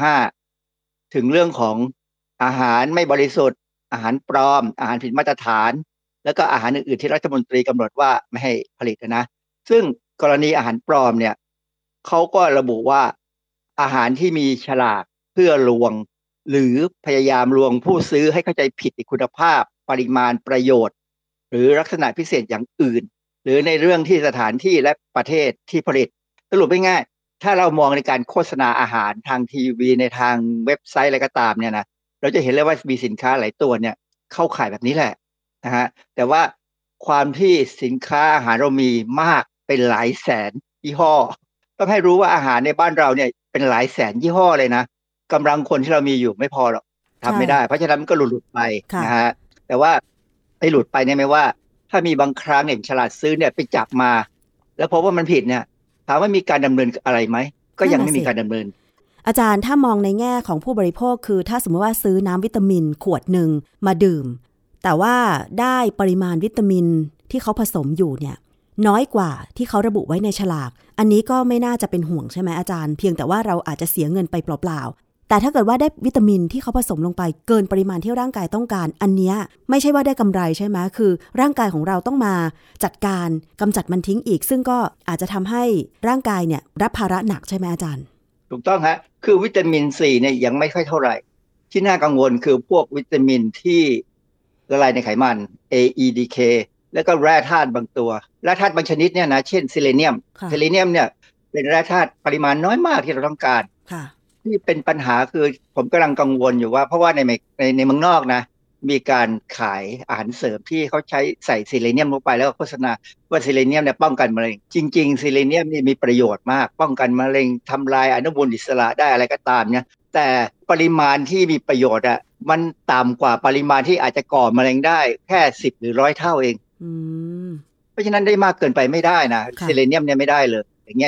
25ถึงเรื่องของอาหารไม่บริสุทธิ์อาหารปลอมอาหารผิดมาตรฐานแล้วก็อาหารอื่นๆที่รัฐมนตรีกำหนดว่าไม่ให้ผลิตนะซึ่งกรณีอาหารปลอมเนี่ยเขาก็ระบุว่าอาหารที่มีฉลากเพื่อลวงหรือพยายามลวงผู้ซื้อให้เข้าใจผิดในคุณภาพปริมาณประโยชน์หรือลักษณะพิเศษอย่างอื่นหรือในเรื่องที่สถานที่และประเทศที่ผลิตสรุปง่ายๆถ้าเรามองในการโฆษณาอาหารทางทีวีในทางเว็บไซต์อะไรก็ตามเนี่ยนะเราจะเห็นเลยว่ามีสินค้าหลายตัวเนี่ยเข้าข่ายแบบนี้แหละนะฮะแต่ว่าความที่สินค้าอาหารเรามีมากเป็นหลายแสนยี่ห้อต้องให้รู้ว่าอาหารในบ้านเราเนี่ยเป็นหลายแสนยี่ห้อเลยนะกำลังคนที่เรามีอยู่ไม่พอหรอกทำไม่ได้เพราะฉะนั้นมันก็หลุดไปนะฮะแต่ว่าไอ้หลุดไปเนี่ยไม่ว่าถ้ามีบางครั้งอย่างฉลาดซื้อเนี่ยไปจับมาแล้วพบว่ามันผิดเนี่ยถามว่ามีการดำเนินอะไรไหมก็ยังไม่มีการดำเนินอาจารย์ถ้ามองในแง่ของผู้บริโภคคือถ้าสมมติว่าซื้อน้ำวิตามินขวดหนึ่งมาดื่มแต่ว่าได้ปริมาณวิตามินที่เขาผสมอยู่เนี่ยน้อยกว่าที่เขาระบุไว้ในฉลากอันนี้ก็ไม่น่าจะเป็นห่วงใช่ไหมอาจารย์เพียงแต่ว่าเราอาจจะเสียเงินไปเปล่าๆแต่ถ้าเกิดว่าได้วิตามินที่เขาผสมลงไปเกินปริมาณที่ร่างกายต้องการอันเนี้ยไม่ใช่ว่าได้กำไรใช่ไหมคือร่างกายของเราต้องมาจัดการกำจัดมันทิ้งอีกซึ่งก็อาจจะทำให้ร่างกายเนี่ยรับภาระหนักใช่ไหมอาจารย์ถูกต้องฮะคือวิตามินซีเนี่ยยังไม่ค่อยเท่าไหร่ที่น่ากังวลคือพวกวิตามินที่ละลายในไขมัน AEDK แล้วก็แร่ธาตุบางตัวแร่ธาตุบางชนิดเนี่ยนะเช่นซิเลเนียมเนี่ยเป็นแร่ธาตุปริมาณน้อยมากที่เราต้องการที่เป็นปัญหาคือผมกำลังกังวลอยู่ว่าเพราะว่าในเมืองนอกนะมีการขายอาหารเสริมที่เขาใช้ใส่ซิเลเนียมลงไปแล้วก็โฆษณาว่าซิเลเนียมเนี่ยป้องกันมะเร็งจริงๆซิเลเนียมนี่มีประโยชน์มากป้องกันมะเร็งทำลายอนุมูลอิสระได้อะไรก็ตามเนี่ยแต่ปริมาณที่มีประโยชน์อ่ะมันต่ำกว่าปริมาณที่อาจจะก่อมะเร็งได้แค่10หรือ100เท่าเองเพราะฉะนั้นได้มากเกินไปไม่ได้นะซิเลเนียมเนี่ยไม่ได้เลยอย่างเงี้ยนะ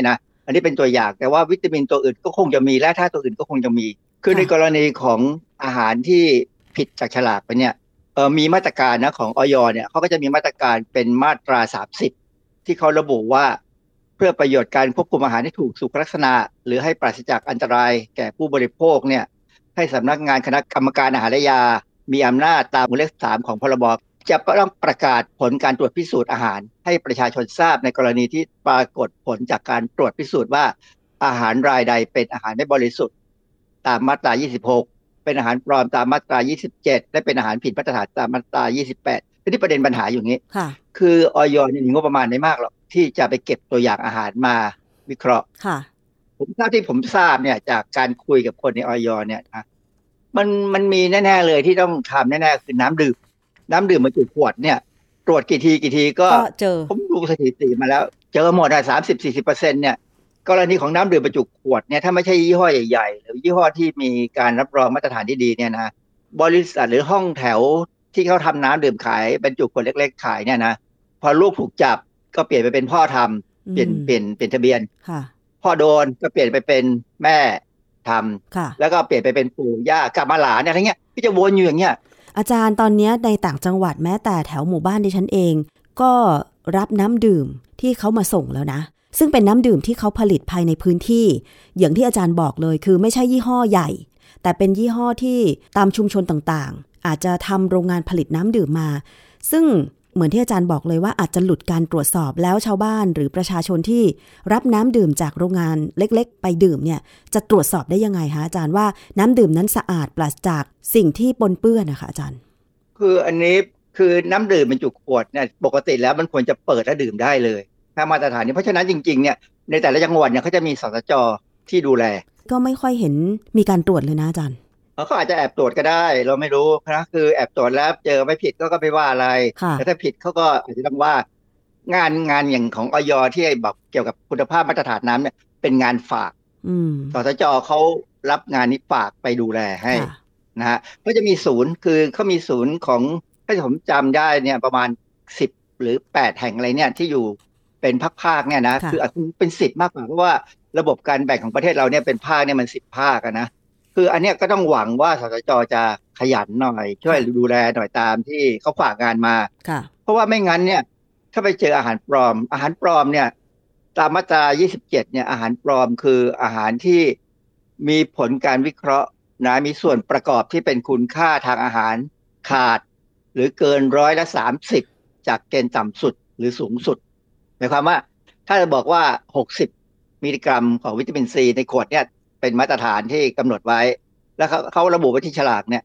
อันนี้เป็นตัวอย่างแต่ว่าวิตามินตัวอื่นก็คงจะมีและธาตุตัวอื่นก็คงจะมีคือในกรณีของอาหารที่ผิดจากฉลากไปเนี่ยมีมาตรการนะของอย.เนี่ยเขาก็จะมีมาตรการเป็นมาตรา30ที่เขาระบุว่าเพื่อประโยชน์การควบคุมอาหารให้ถูกสุขลักษณะหรือให้ปราศจากอันตรายแก่ผู้บริโภคเนี่ยให้สำนักงานคณะกรรมการอาหารและยามีอำนาจตามวงเล็บ3ของพรบจะต้องประกาศผลการตรวจพิสูจน์อาหารให้ประชาชนทราบในกรณีที่ปรากฏผลจากการตรวจพิสูจน์ว่าอาหารรายใดเป็นอาหารไม่บริสุทธิ์ตามมาตรา26เป็นอาหารปลอมตามมาตรา27และเป็นอาหารผิดมาตรฐานตามมาตรา28ที่ประเด็นปัญหาอยู่นี้คืออย.เนี่ยมีงบประมาณไม่มากหรอกที่จะไปเก็บตัวอย่างอาหารมาวิเคราะห์ผมทราบเนี่ยจากการคุยกับคนในอย.เนี่ยนะมันมีแน่ๆเลยที่ต้องทำแน่ๆคือน้ำดื่มบรรจุขวดเนี่ยตรวจกี่ทีก็เจอผมดูสถิติมาแล้วเจอหมดอ่ะ 30-40% เนี่ยกรณีของน้ำดื่มบรรจุขวดเนี่ยถ้าไม่ใช่ยี่ห้อใหญ่ๆหรือยี่ห้อที่มีการรับรองมาตรฐานที่ดีเนี่ยนะบริษัทหรือห้องแถวที่เขาทำน้ำดื่มขายบรรจุขวดเล็กๆขายเนี่ยนะพอลูกถูกจับก็เปลี่ยนไปเป็นพ่อทำเปลี่ยนทะเบียนพ่อโดนก็เปลี่ยนไปเป็นแม่ทำแล้วก็เปลี่ยนไปเป็นปู่ย่ากลับมาหลานอะไรเงี้ยที่จะวนอยู่อย่างเงี้ยอาจารย์ตอนนี้ในต่างจังหวัดแม้แต่แถวหมู่บ้านดิฉันเองก็รับน้ำดื่มที่เขามาส่งแล้วนะซึ่งเป็นน้ำดื่มที่เขาผลิตภายในพื้นที่อย่างที่อาจารย์บอกเลยคือไม่ใช่ยี่ห้อใหญ่แต่เป็นยี่ห้อที่ตามชุมชนต่างๆอาจจะทำโรงงานผลิตน้ำดื่มมาซึ่งเหมือนที่อาจารย์บอกเลยว่าอาจจะหลุดการตรวจสอบแล้วชาวบ้านหรือประชาชนที่รับน้ำดื่มจากโรงงานเล็กๆไปดื่มเนี่ยจะตรวจสอบได้ยังไงคะอาจารย์ว่าน้ำดื่มนั้นสะอาดปราศจากสิ่งที่ปนเปื้อนนะคะอาจารย์คืออันนี้คือน้ำดื่มบรรจุขวดเนี่ยปกติแล้วมันควรจะเปิดและดื่มได้เลยถ้ามาตรฐานนี้เพราะฉะนั้นจริงๆเนี่ยในแต่ละจังหวัดเนี่ยเขาจะมีสสจ.ที่ดูแลก็ไม่ค่อยเห็นมีการตรวจเลยนะอาจารย์เขาอาจจะแอบตรวจก็ได้เราไม่รู้นะคือแอบตรวจแล้วเจอไม่ผิดก็ไม่ว่าอะไรแต่ถ้าผิดเขาก็อาจจะต้องว่างานอย่างของอย.ที่บอกเกี่ยวกับคุณภาพมาตรฐานน้ำเนี่ยเป็นงานฝากสสจ.เขารับงานนี้ฝากไปดูแลให้นะฮะก็จะมีศูนย์คือเขามีศูนย์ของถ้าผมจำได้เนี่ยประมาณ10หรือ8แห่งอะไรเนี่ยที่อยู่เป็นภาคๆเนี่ยนะคืออาจจะเป็น10มากกว่าเพราะว่าระบบการแบ่งของประเทศเราเนี่ยเป็นภาคเนี่ยมัน10ภาคนะคืออันเนี้ยก็ต้องหวังว่าสสจ.จะขยันหน่อยช่วยดูแลหน่อยตามที่เขาฝากงานมาเพราะว่าไม่งั้นเนี่ยถ้าไปเจออาหารปลอมเนี่ยตามมาตรา27เนี่ยอาหารปลอมคืออาหารที่มีผลการวิเคราะห์นะมีส่วนประกอบที่เป็นคุณค่าทางอาหารขาดหรือเกิน30%จากเกณฑ์ต่ำสุดหรือสูงสุดหมายความว่าถ้าจะบอกว่า60มิลลิกรัมของวิตามินซีในขวดเนี่ยเป็นมาตรฐานที่กำหนดไว้แล้วเขาระบุไว้ที่ฉลากเนี่ย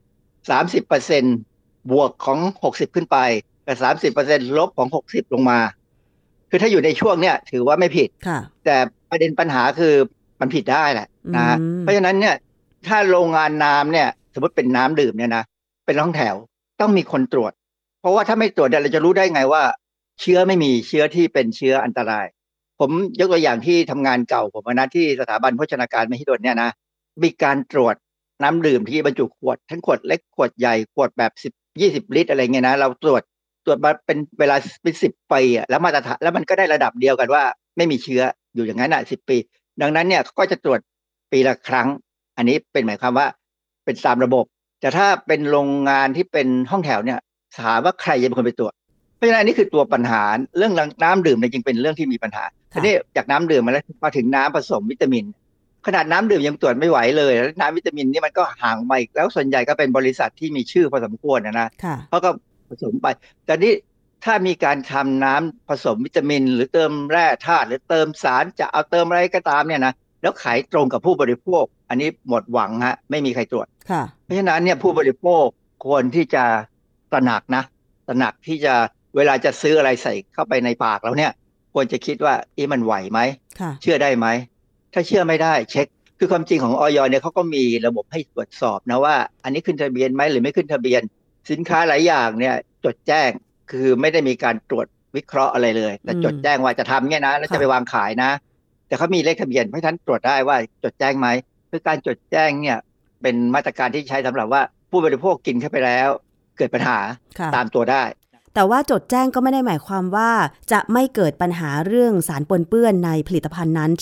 30% บวกของ60ขึ้นไปกับ 30% ลบของ60ลงมาคือถ้าอยู่ในช่วงเนี้ยถือว่าไม่ผิดแต่ประเด็นปัญหาคือมันผิดได้แหละนะเพราะฉะนั้นเนี่ยถ้าโรงงานน้ำเนี่ยสมมติเป็นน้ำดื่มเนี่ยนะเป็นห้องแถวต้องมีคนตรวจเพราะว่าถ้าไม่ตรวจเราจะรู้ได้ไงว่าเชื้อไม่มีเชื้อที่เป็นเชื้ออันตรายผมยกตัวอย่างที่ทำงานเก่าผมนะที่สถาบันโภชนาการมหิดลเนี่ยนะมีการตรวจน้ำดื่มที่บรรจุขวดทั้งขวดเล็กขวดใหญ่ขวดแบบ10-20 ลิตรอะไรเงี้ยนะเราตรวจมาเป็นเวลาเป็น10 ปีแล้วมาตรฐานแล้วมันก็ได้ระดับเดียวกันว่าไม่มีเชื้ออยู่อย่างนั้น10 ปีดังนั้นเนี่ยก็จะตรวจปีละครั้งอันนี้เป็นหมายความว่าเป็นตามระบบแต่ถ้าเป็นโรงงานที่เป็นห้องแถวเนี่ยถามว่าใครจะเป็นคนไปตรวจเพราะฉะนั้นอันนี้คือตัวปัญหาเรื่องน้ำดื่มเนี่ยจริงเป็นเรื่องที่มีปัญหาทีนี้จากน้ำดื่มมาแล้วมาถึงน้ำผสมวิตามินขนาดน้ำดื่มยังตรวจไม่ไหวเลยแล้วน้ำวิตามินนี่มันก็ห่างไปแล้วส่วนใหญ่ก็เป็นบริษัทที่มีชื่อพอสมควรนะเขาก็ผสมไปแต่นี่ถ้ามีการทำน้ำผสมวิตามินหรือเติมแร่ธาตุหรือเติมสารจะเอาเติมอะไรก็ตามเนี่ยนะแล้วขายตรงกับผู้บริโภคอันนี้หมดหวังฮะไม่มีใครตรวจเพราะฉะนั้นเนี่ยผู้บริโภคควรที่จะตระหนักที่จะเวลาจะซื้ออะไรใส่เข้าไปในปากแล้วเนี่ยควรจะคิดว่ามันไหวไหมเชื่อได้ไหมถ้าเชื่อไม่ได้เช็คคือความจริงของอย.เนี่ยเขาก็มีระบบให้ตรวจสอบนะว่าอันนี้ขึ้นทะเบียนไหมหรือไม่ขึ้นทะเบียนสินค้าหลายอย่างเนี่ยจดแจ้งคือไม่ได้มีการตรวจวิเคราะห์อะไรเลยแต่จดแจ้งว่าจะทำเนี่ยนะแล้วจะไปวางขายนะแต่เขามีเลขทะเบียนเพราะฉะนั้นตรวจได้ว่าจดแจ้งไหมคือการจดแจ้งเนี่ยเป็นมาตรการที่ใช้สำหรับว่าผู้บริโภคกินเข้าไปแล้วเกิดปัญหาตามตัวได้แต่ว่าจดแจ้งก็ไม่ได้หมายความว่าจะไม่เกิดปัญหาเรื่องสารปนเปื้อนในผลิตภัณฑ์นั้นเช่น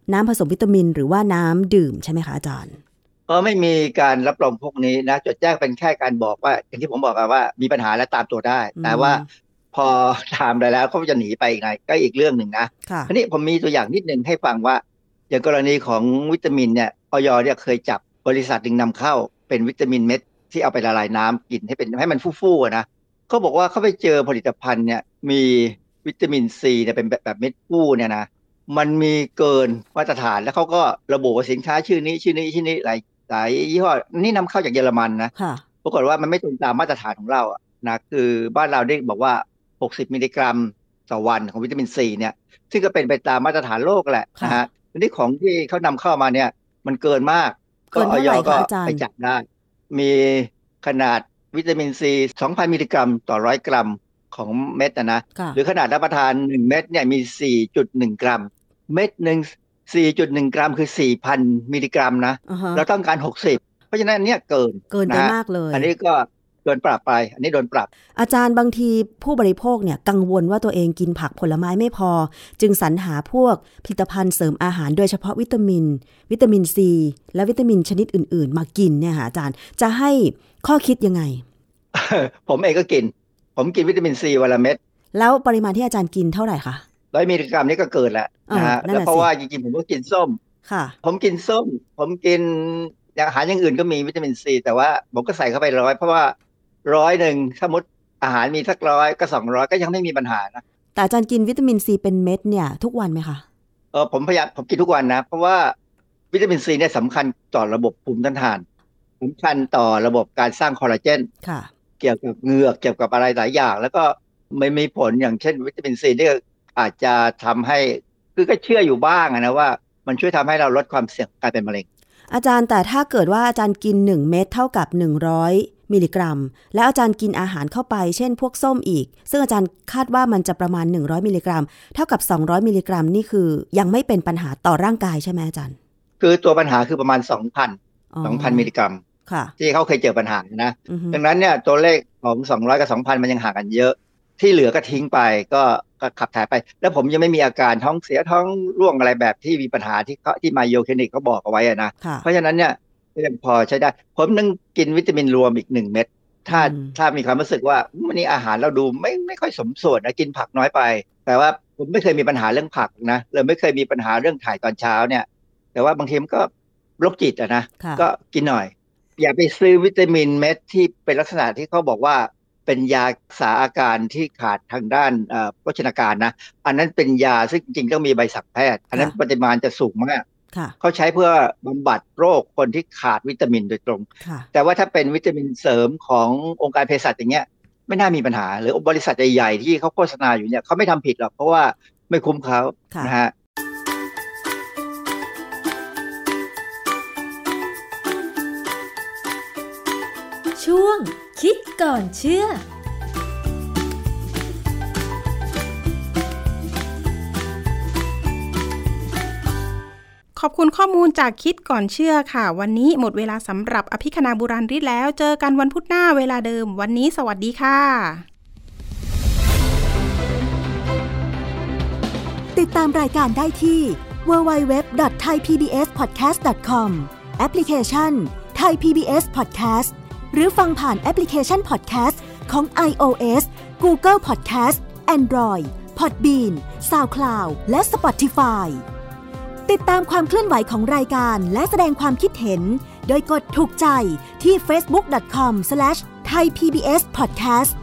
น้ำผสมวิตามินหรือว่าน้ำดื่มใช่ไหมคะอาจารย์ก็ไม่มีการรับรองพวกนี้นะจดแจ้งเป็นแค่การบอกว่าอย่างที่ผมบอกว่ามีปัญหาและตามตัวได้แต่ว่าพอถามได้แล้วเขาจะหนีไปไงก็อีกเรื่องหนึ่งนะทีนี้ผมมีตัวอย่างนิดนึงให้ฟังว่าอย่างกรณีของวิตามินเนี่ยอย.เนี่ยเคยจับบริษัทหนึ่งนำเข้าเป็นวิตามินเม็ดที่เอาไปละลายน้ำกินให้มันฟู่ๆนะเขาบอกว่าเขาไปเจอผลิตภัณฑ์เนี่ยมีวิตามินซีเนี่ยเป็นแบบเม็ดฟู่เนี่ยนะมันมีเกินมาตรฐานแล้วเขาก็ระบุว่าสินค้าชื่อนี้หลายยี่ห้อนี่นำเข้าจากเยอรมันนะปรากฏว่ามันไม่ตรงตามมาตรฐานของเราอะนะคือบ้านเราได้บอกว่า60มิลลิกรัมต่อวันของวิตามินซีเนี่ยซึ่งก็เป็นไปตามมาตรฐานโลกแหละนะฮะทีนี้ของที่เขานำเข้ามาเนี่ยมันเกินมากก็อย.ก็ไปจับได้มีขนาดวิตามินซี 2,000 มิลลิกรัมต่อ100 กรัมของเม็ดนะหรือขนาดรับประทาน1เม็ดเนี่ยมี 4.1 กรัมเม็ดนึง 4.1 กรัมคือ 4,000 มิลลิกรัมนะเราต้องการ60เพราะฉะนั้นเนี่ยเกินไปมากเลยอันนี้ก็โดนปรับไปอันนี้โดนปรับอาจารย์บางทีผู้บริโภคเนี่ยกังวลว่าตัวเองกินผักผลไม้ไม่พอจึงสรรหาพวกผลิตภัณฑ์เสริมอาหารโดยเฉพาะวิตามินซีและวิตามินชนิดอื่นๆมากินเนี่ยค่ะอาจารย์จะให้ข้อคิดยังไงผมเองก็กินวิตามินซีวันละเม็ดแล้วปริมาณที่อาจารย์กินเท่าไหร่คะ 100 มิลลิกรัมนี่ก็เกินแล้วนะฮะแล้วเพราะว่าจริงๆผมก็กินส้มค่ะผมกินส้มผมกินอาหารอย่างอื่นก็มีวิตามินซีแต่ว่าผมก็ใส่เข้าไป100เพราะว่า100สมมติอาหารมีสัก100ก็200ก็ยังไม่มีปัญหานะแต่อาจารย์กินวิตามินซีเป็นเม็ดเนี่ยทุกวันไหมคะผมกินทุกวันนะเพราะว่าวิตามินซีเนี่ยสำคัญต่อระบบภูมิต้านทานสำคัญต่อระบบการสร้างคอลลาเจนเกี่ยวกับเหงือกเกี่ยวกับอะไรหลายอย่างแล้วก็ไม่มีผลอย่างเช่นวิตามินซีเนี่ยอาจจะทำให้คือก็เชื่ออยู่บ้างนะว่ามันช่วยทำให้เราลดความเสี่ยงการเป็นมะเร็งอาจารย์แต่ถ้าเกิดว่าอาจารย์กิน1เม็ดเท่ากับ100มิลลิกรัมแล้วอาจารย์กินอาหารเข้าไปเช่นพวกส้มอีกซึ่งอาจารย์คาดว่ามันจะประมาณ100มิลลิกรัมเท่ากับ200มิลลิกรัมนี่คือยังไม่เป็นปัญหาต่อร่างกายใช่ไหมอาจารย์คือตัวปัญหาคือประมาณ 2,000 มิลลิกรัมที่เขาเคยเจอปัญหานะดังนั้นเนี่ยตัวเลขของ200กับ 2,000 มันยังห่างกันเยอะที่เหลือก็ทิ้งไปก็ขับถ่ายไปแล้วผมยังไม่มีอาการท้องเสียท้องร่วงอะไรแบบที่มีปัญหาที่มาโยคลินิกเขาบอกเอาไว้นะเพราะฉะนั้นเนี่ยยังพอใช้ได้ผมนึงกินวิตามินรวมอีก1เม็ดถ้ามีความรู้สึกว่าวันนี้อาหารเราดูไม่ค่อยสมส่วนนะกินผักน้อยไปแต่ว่าผมไม่เคยมีปัญหาเรื่องผักนะเลยไม่เคยมีปัญหาเรื่องถ่ายตอนเช้าเนี่ยแต่ว่าบางทีมันก็โรคจิตนะก็กินหน่อยอย่าไปซื้อวิตามินเม็ดที่เป็นลักษณะที่เขาบอกว่าเป็นยารักษาอาการที่ขาดทางด้านโภชนาการนะอันนั้นเป็นยาซึ่งจริงๆต้องมีใบสั่งแพทย์อันนั้นปริมาณจะสูงมากเขาใช้เพื่อบำบัดโรคคนที่ขาดวิตามินโดยตรงแต่ว่าถ้าเป็นวิตามินเสริมขององค์การเภสัชอย่างเงี้ยไม่น่ามีปัญหาหรือบริษัทใหญ่ๆที่เขาโฆษณาอยู่เนี่ยเขาไม่ทำผิดหรอกเพราะว่าไม่คุ้มเขานะฮะช่วงคิดก่อนเชื่อขอบคุณข้อมูลจากคิดก่อนเชื่อค่ะวันนี้หมดเวลาสำหรับอภิคณาบุราริศแล้วเจอกันวันพุธหน้าเวลาเดิมวันนี้สวัสดีค่ะติดตามรายการได้ที่ www.thaipbspodcast.com แอปพลิเคชัน Thai PBS Podcast หรือฟังผ่านแอปพลิเคชัน Podcast ของ iOS Google Podcast Android Podbean SoundCloud และ Spotify ติดตามความเคลื่อนไหวของรายการและแสดงความคิดเห็นโดยกดถูกใจที่ facebook.com/thaipbspodcast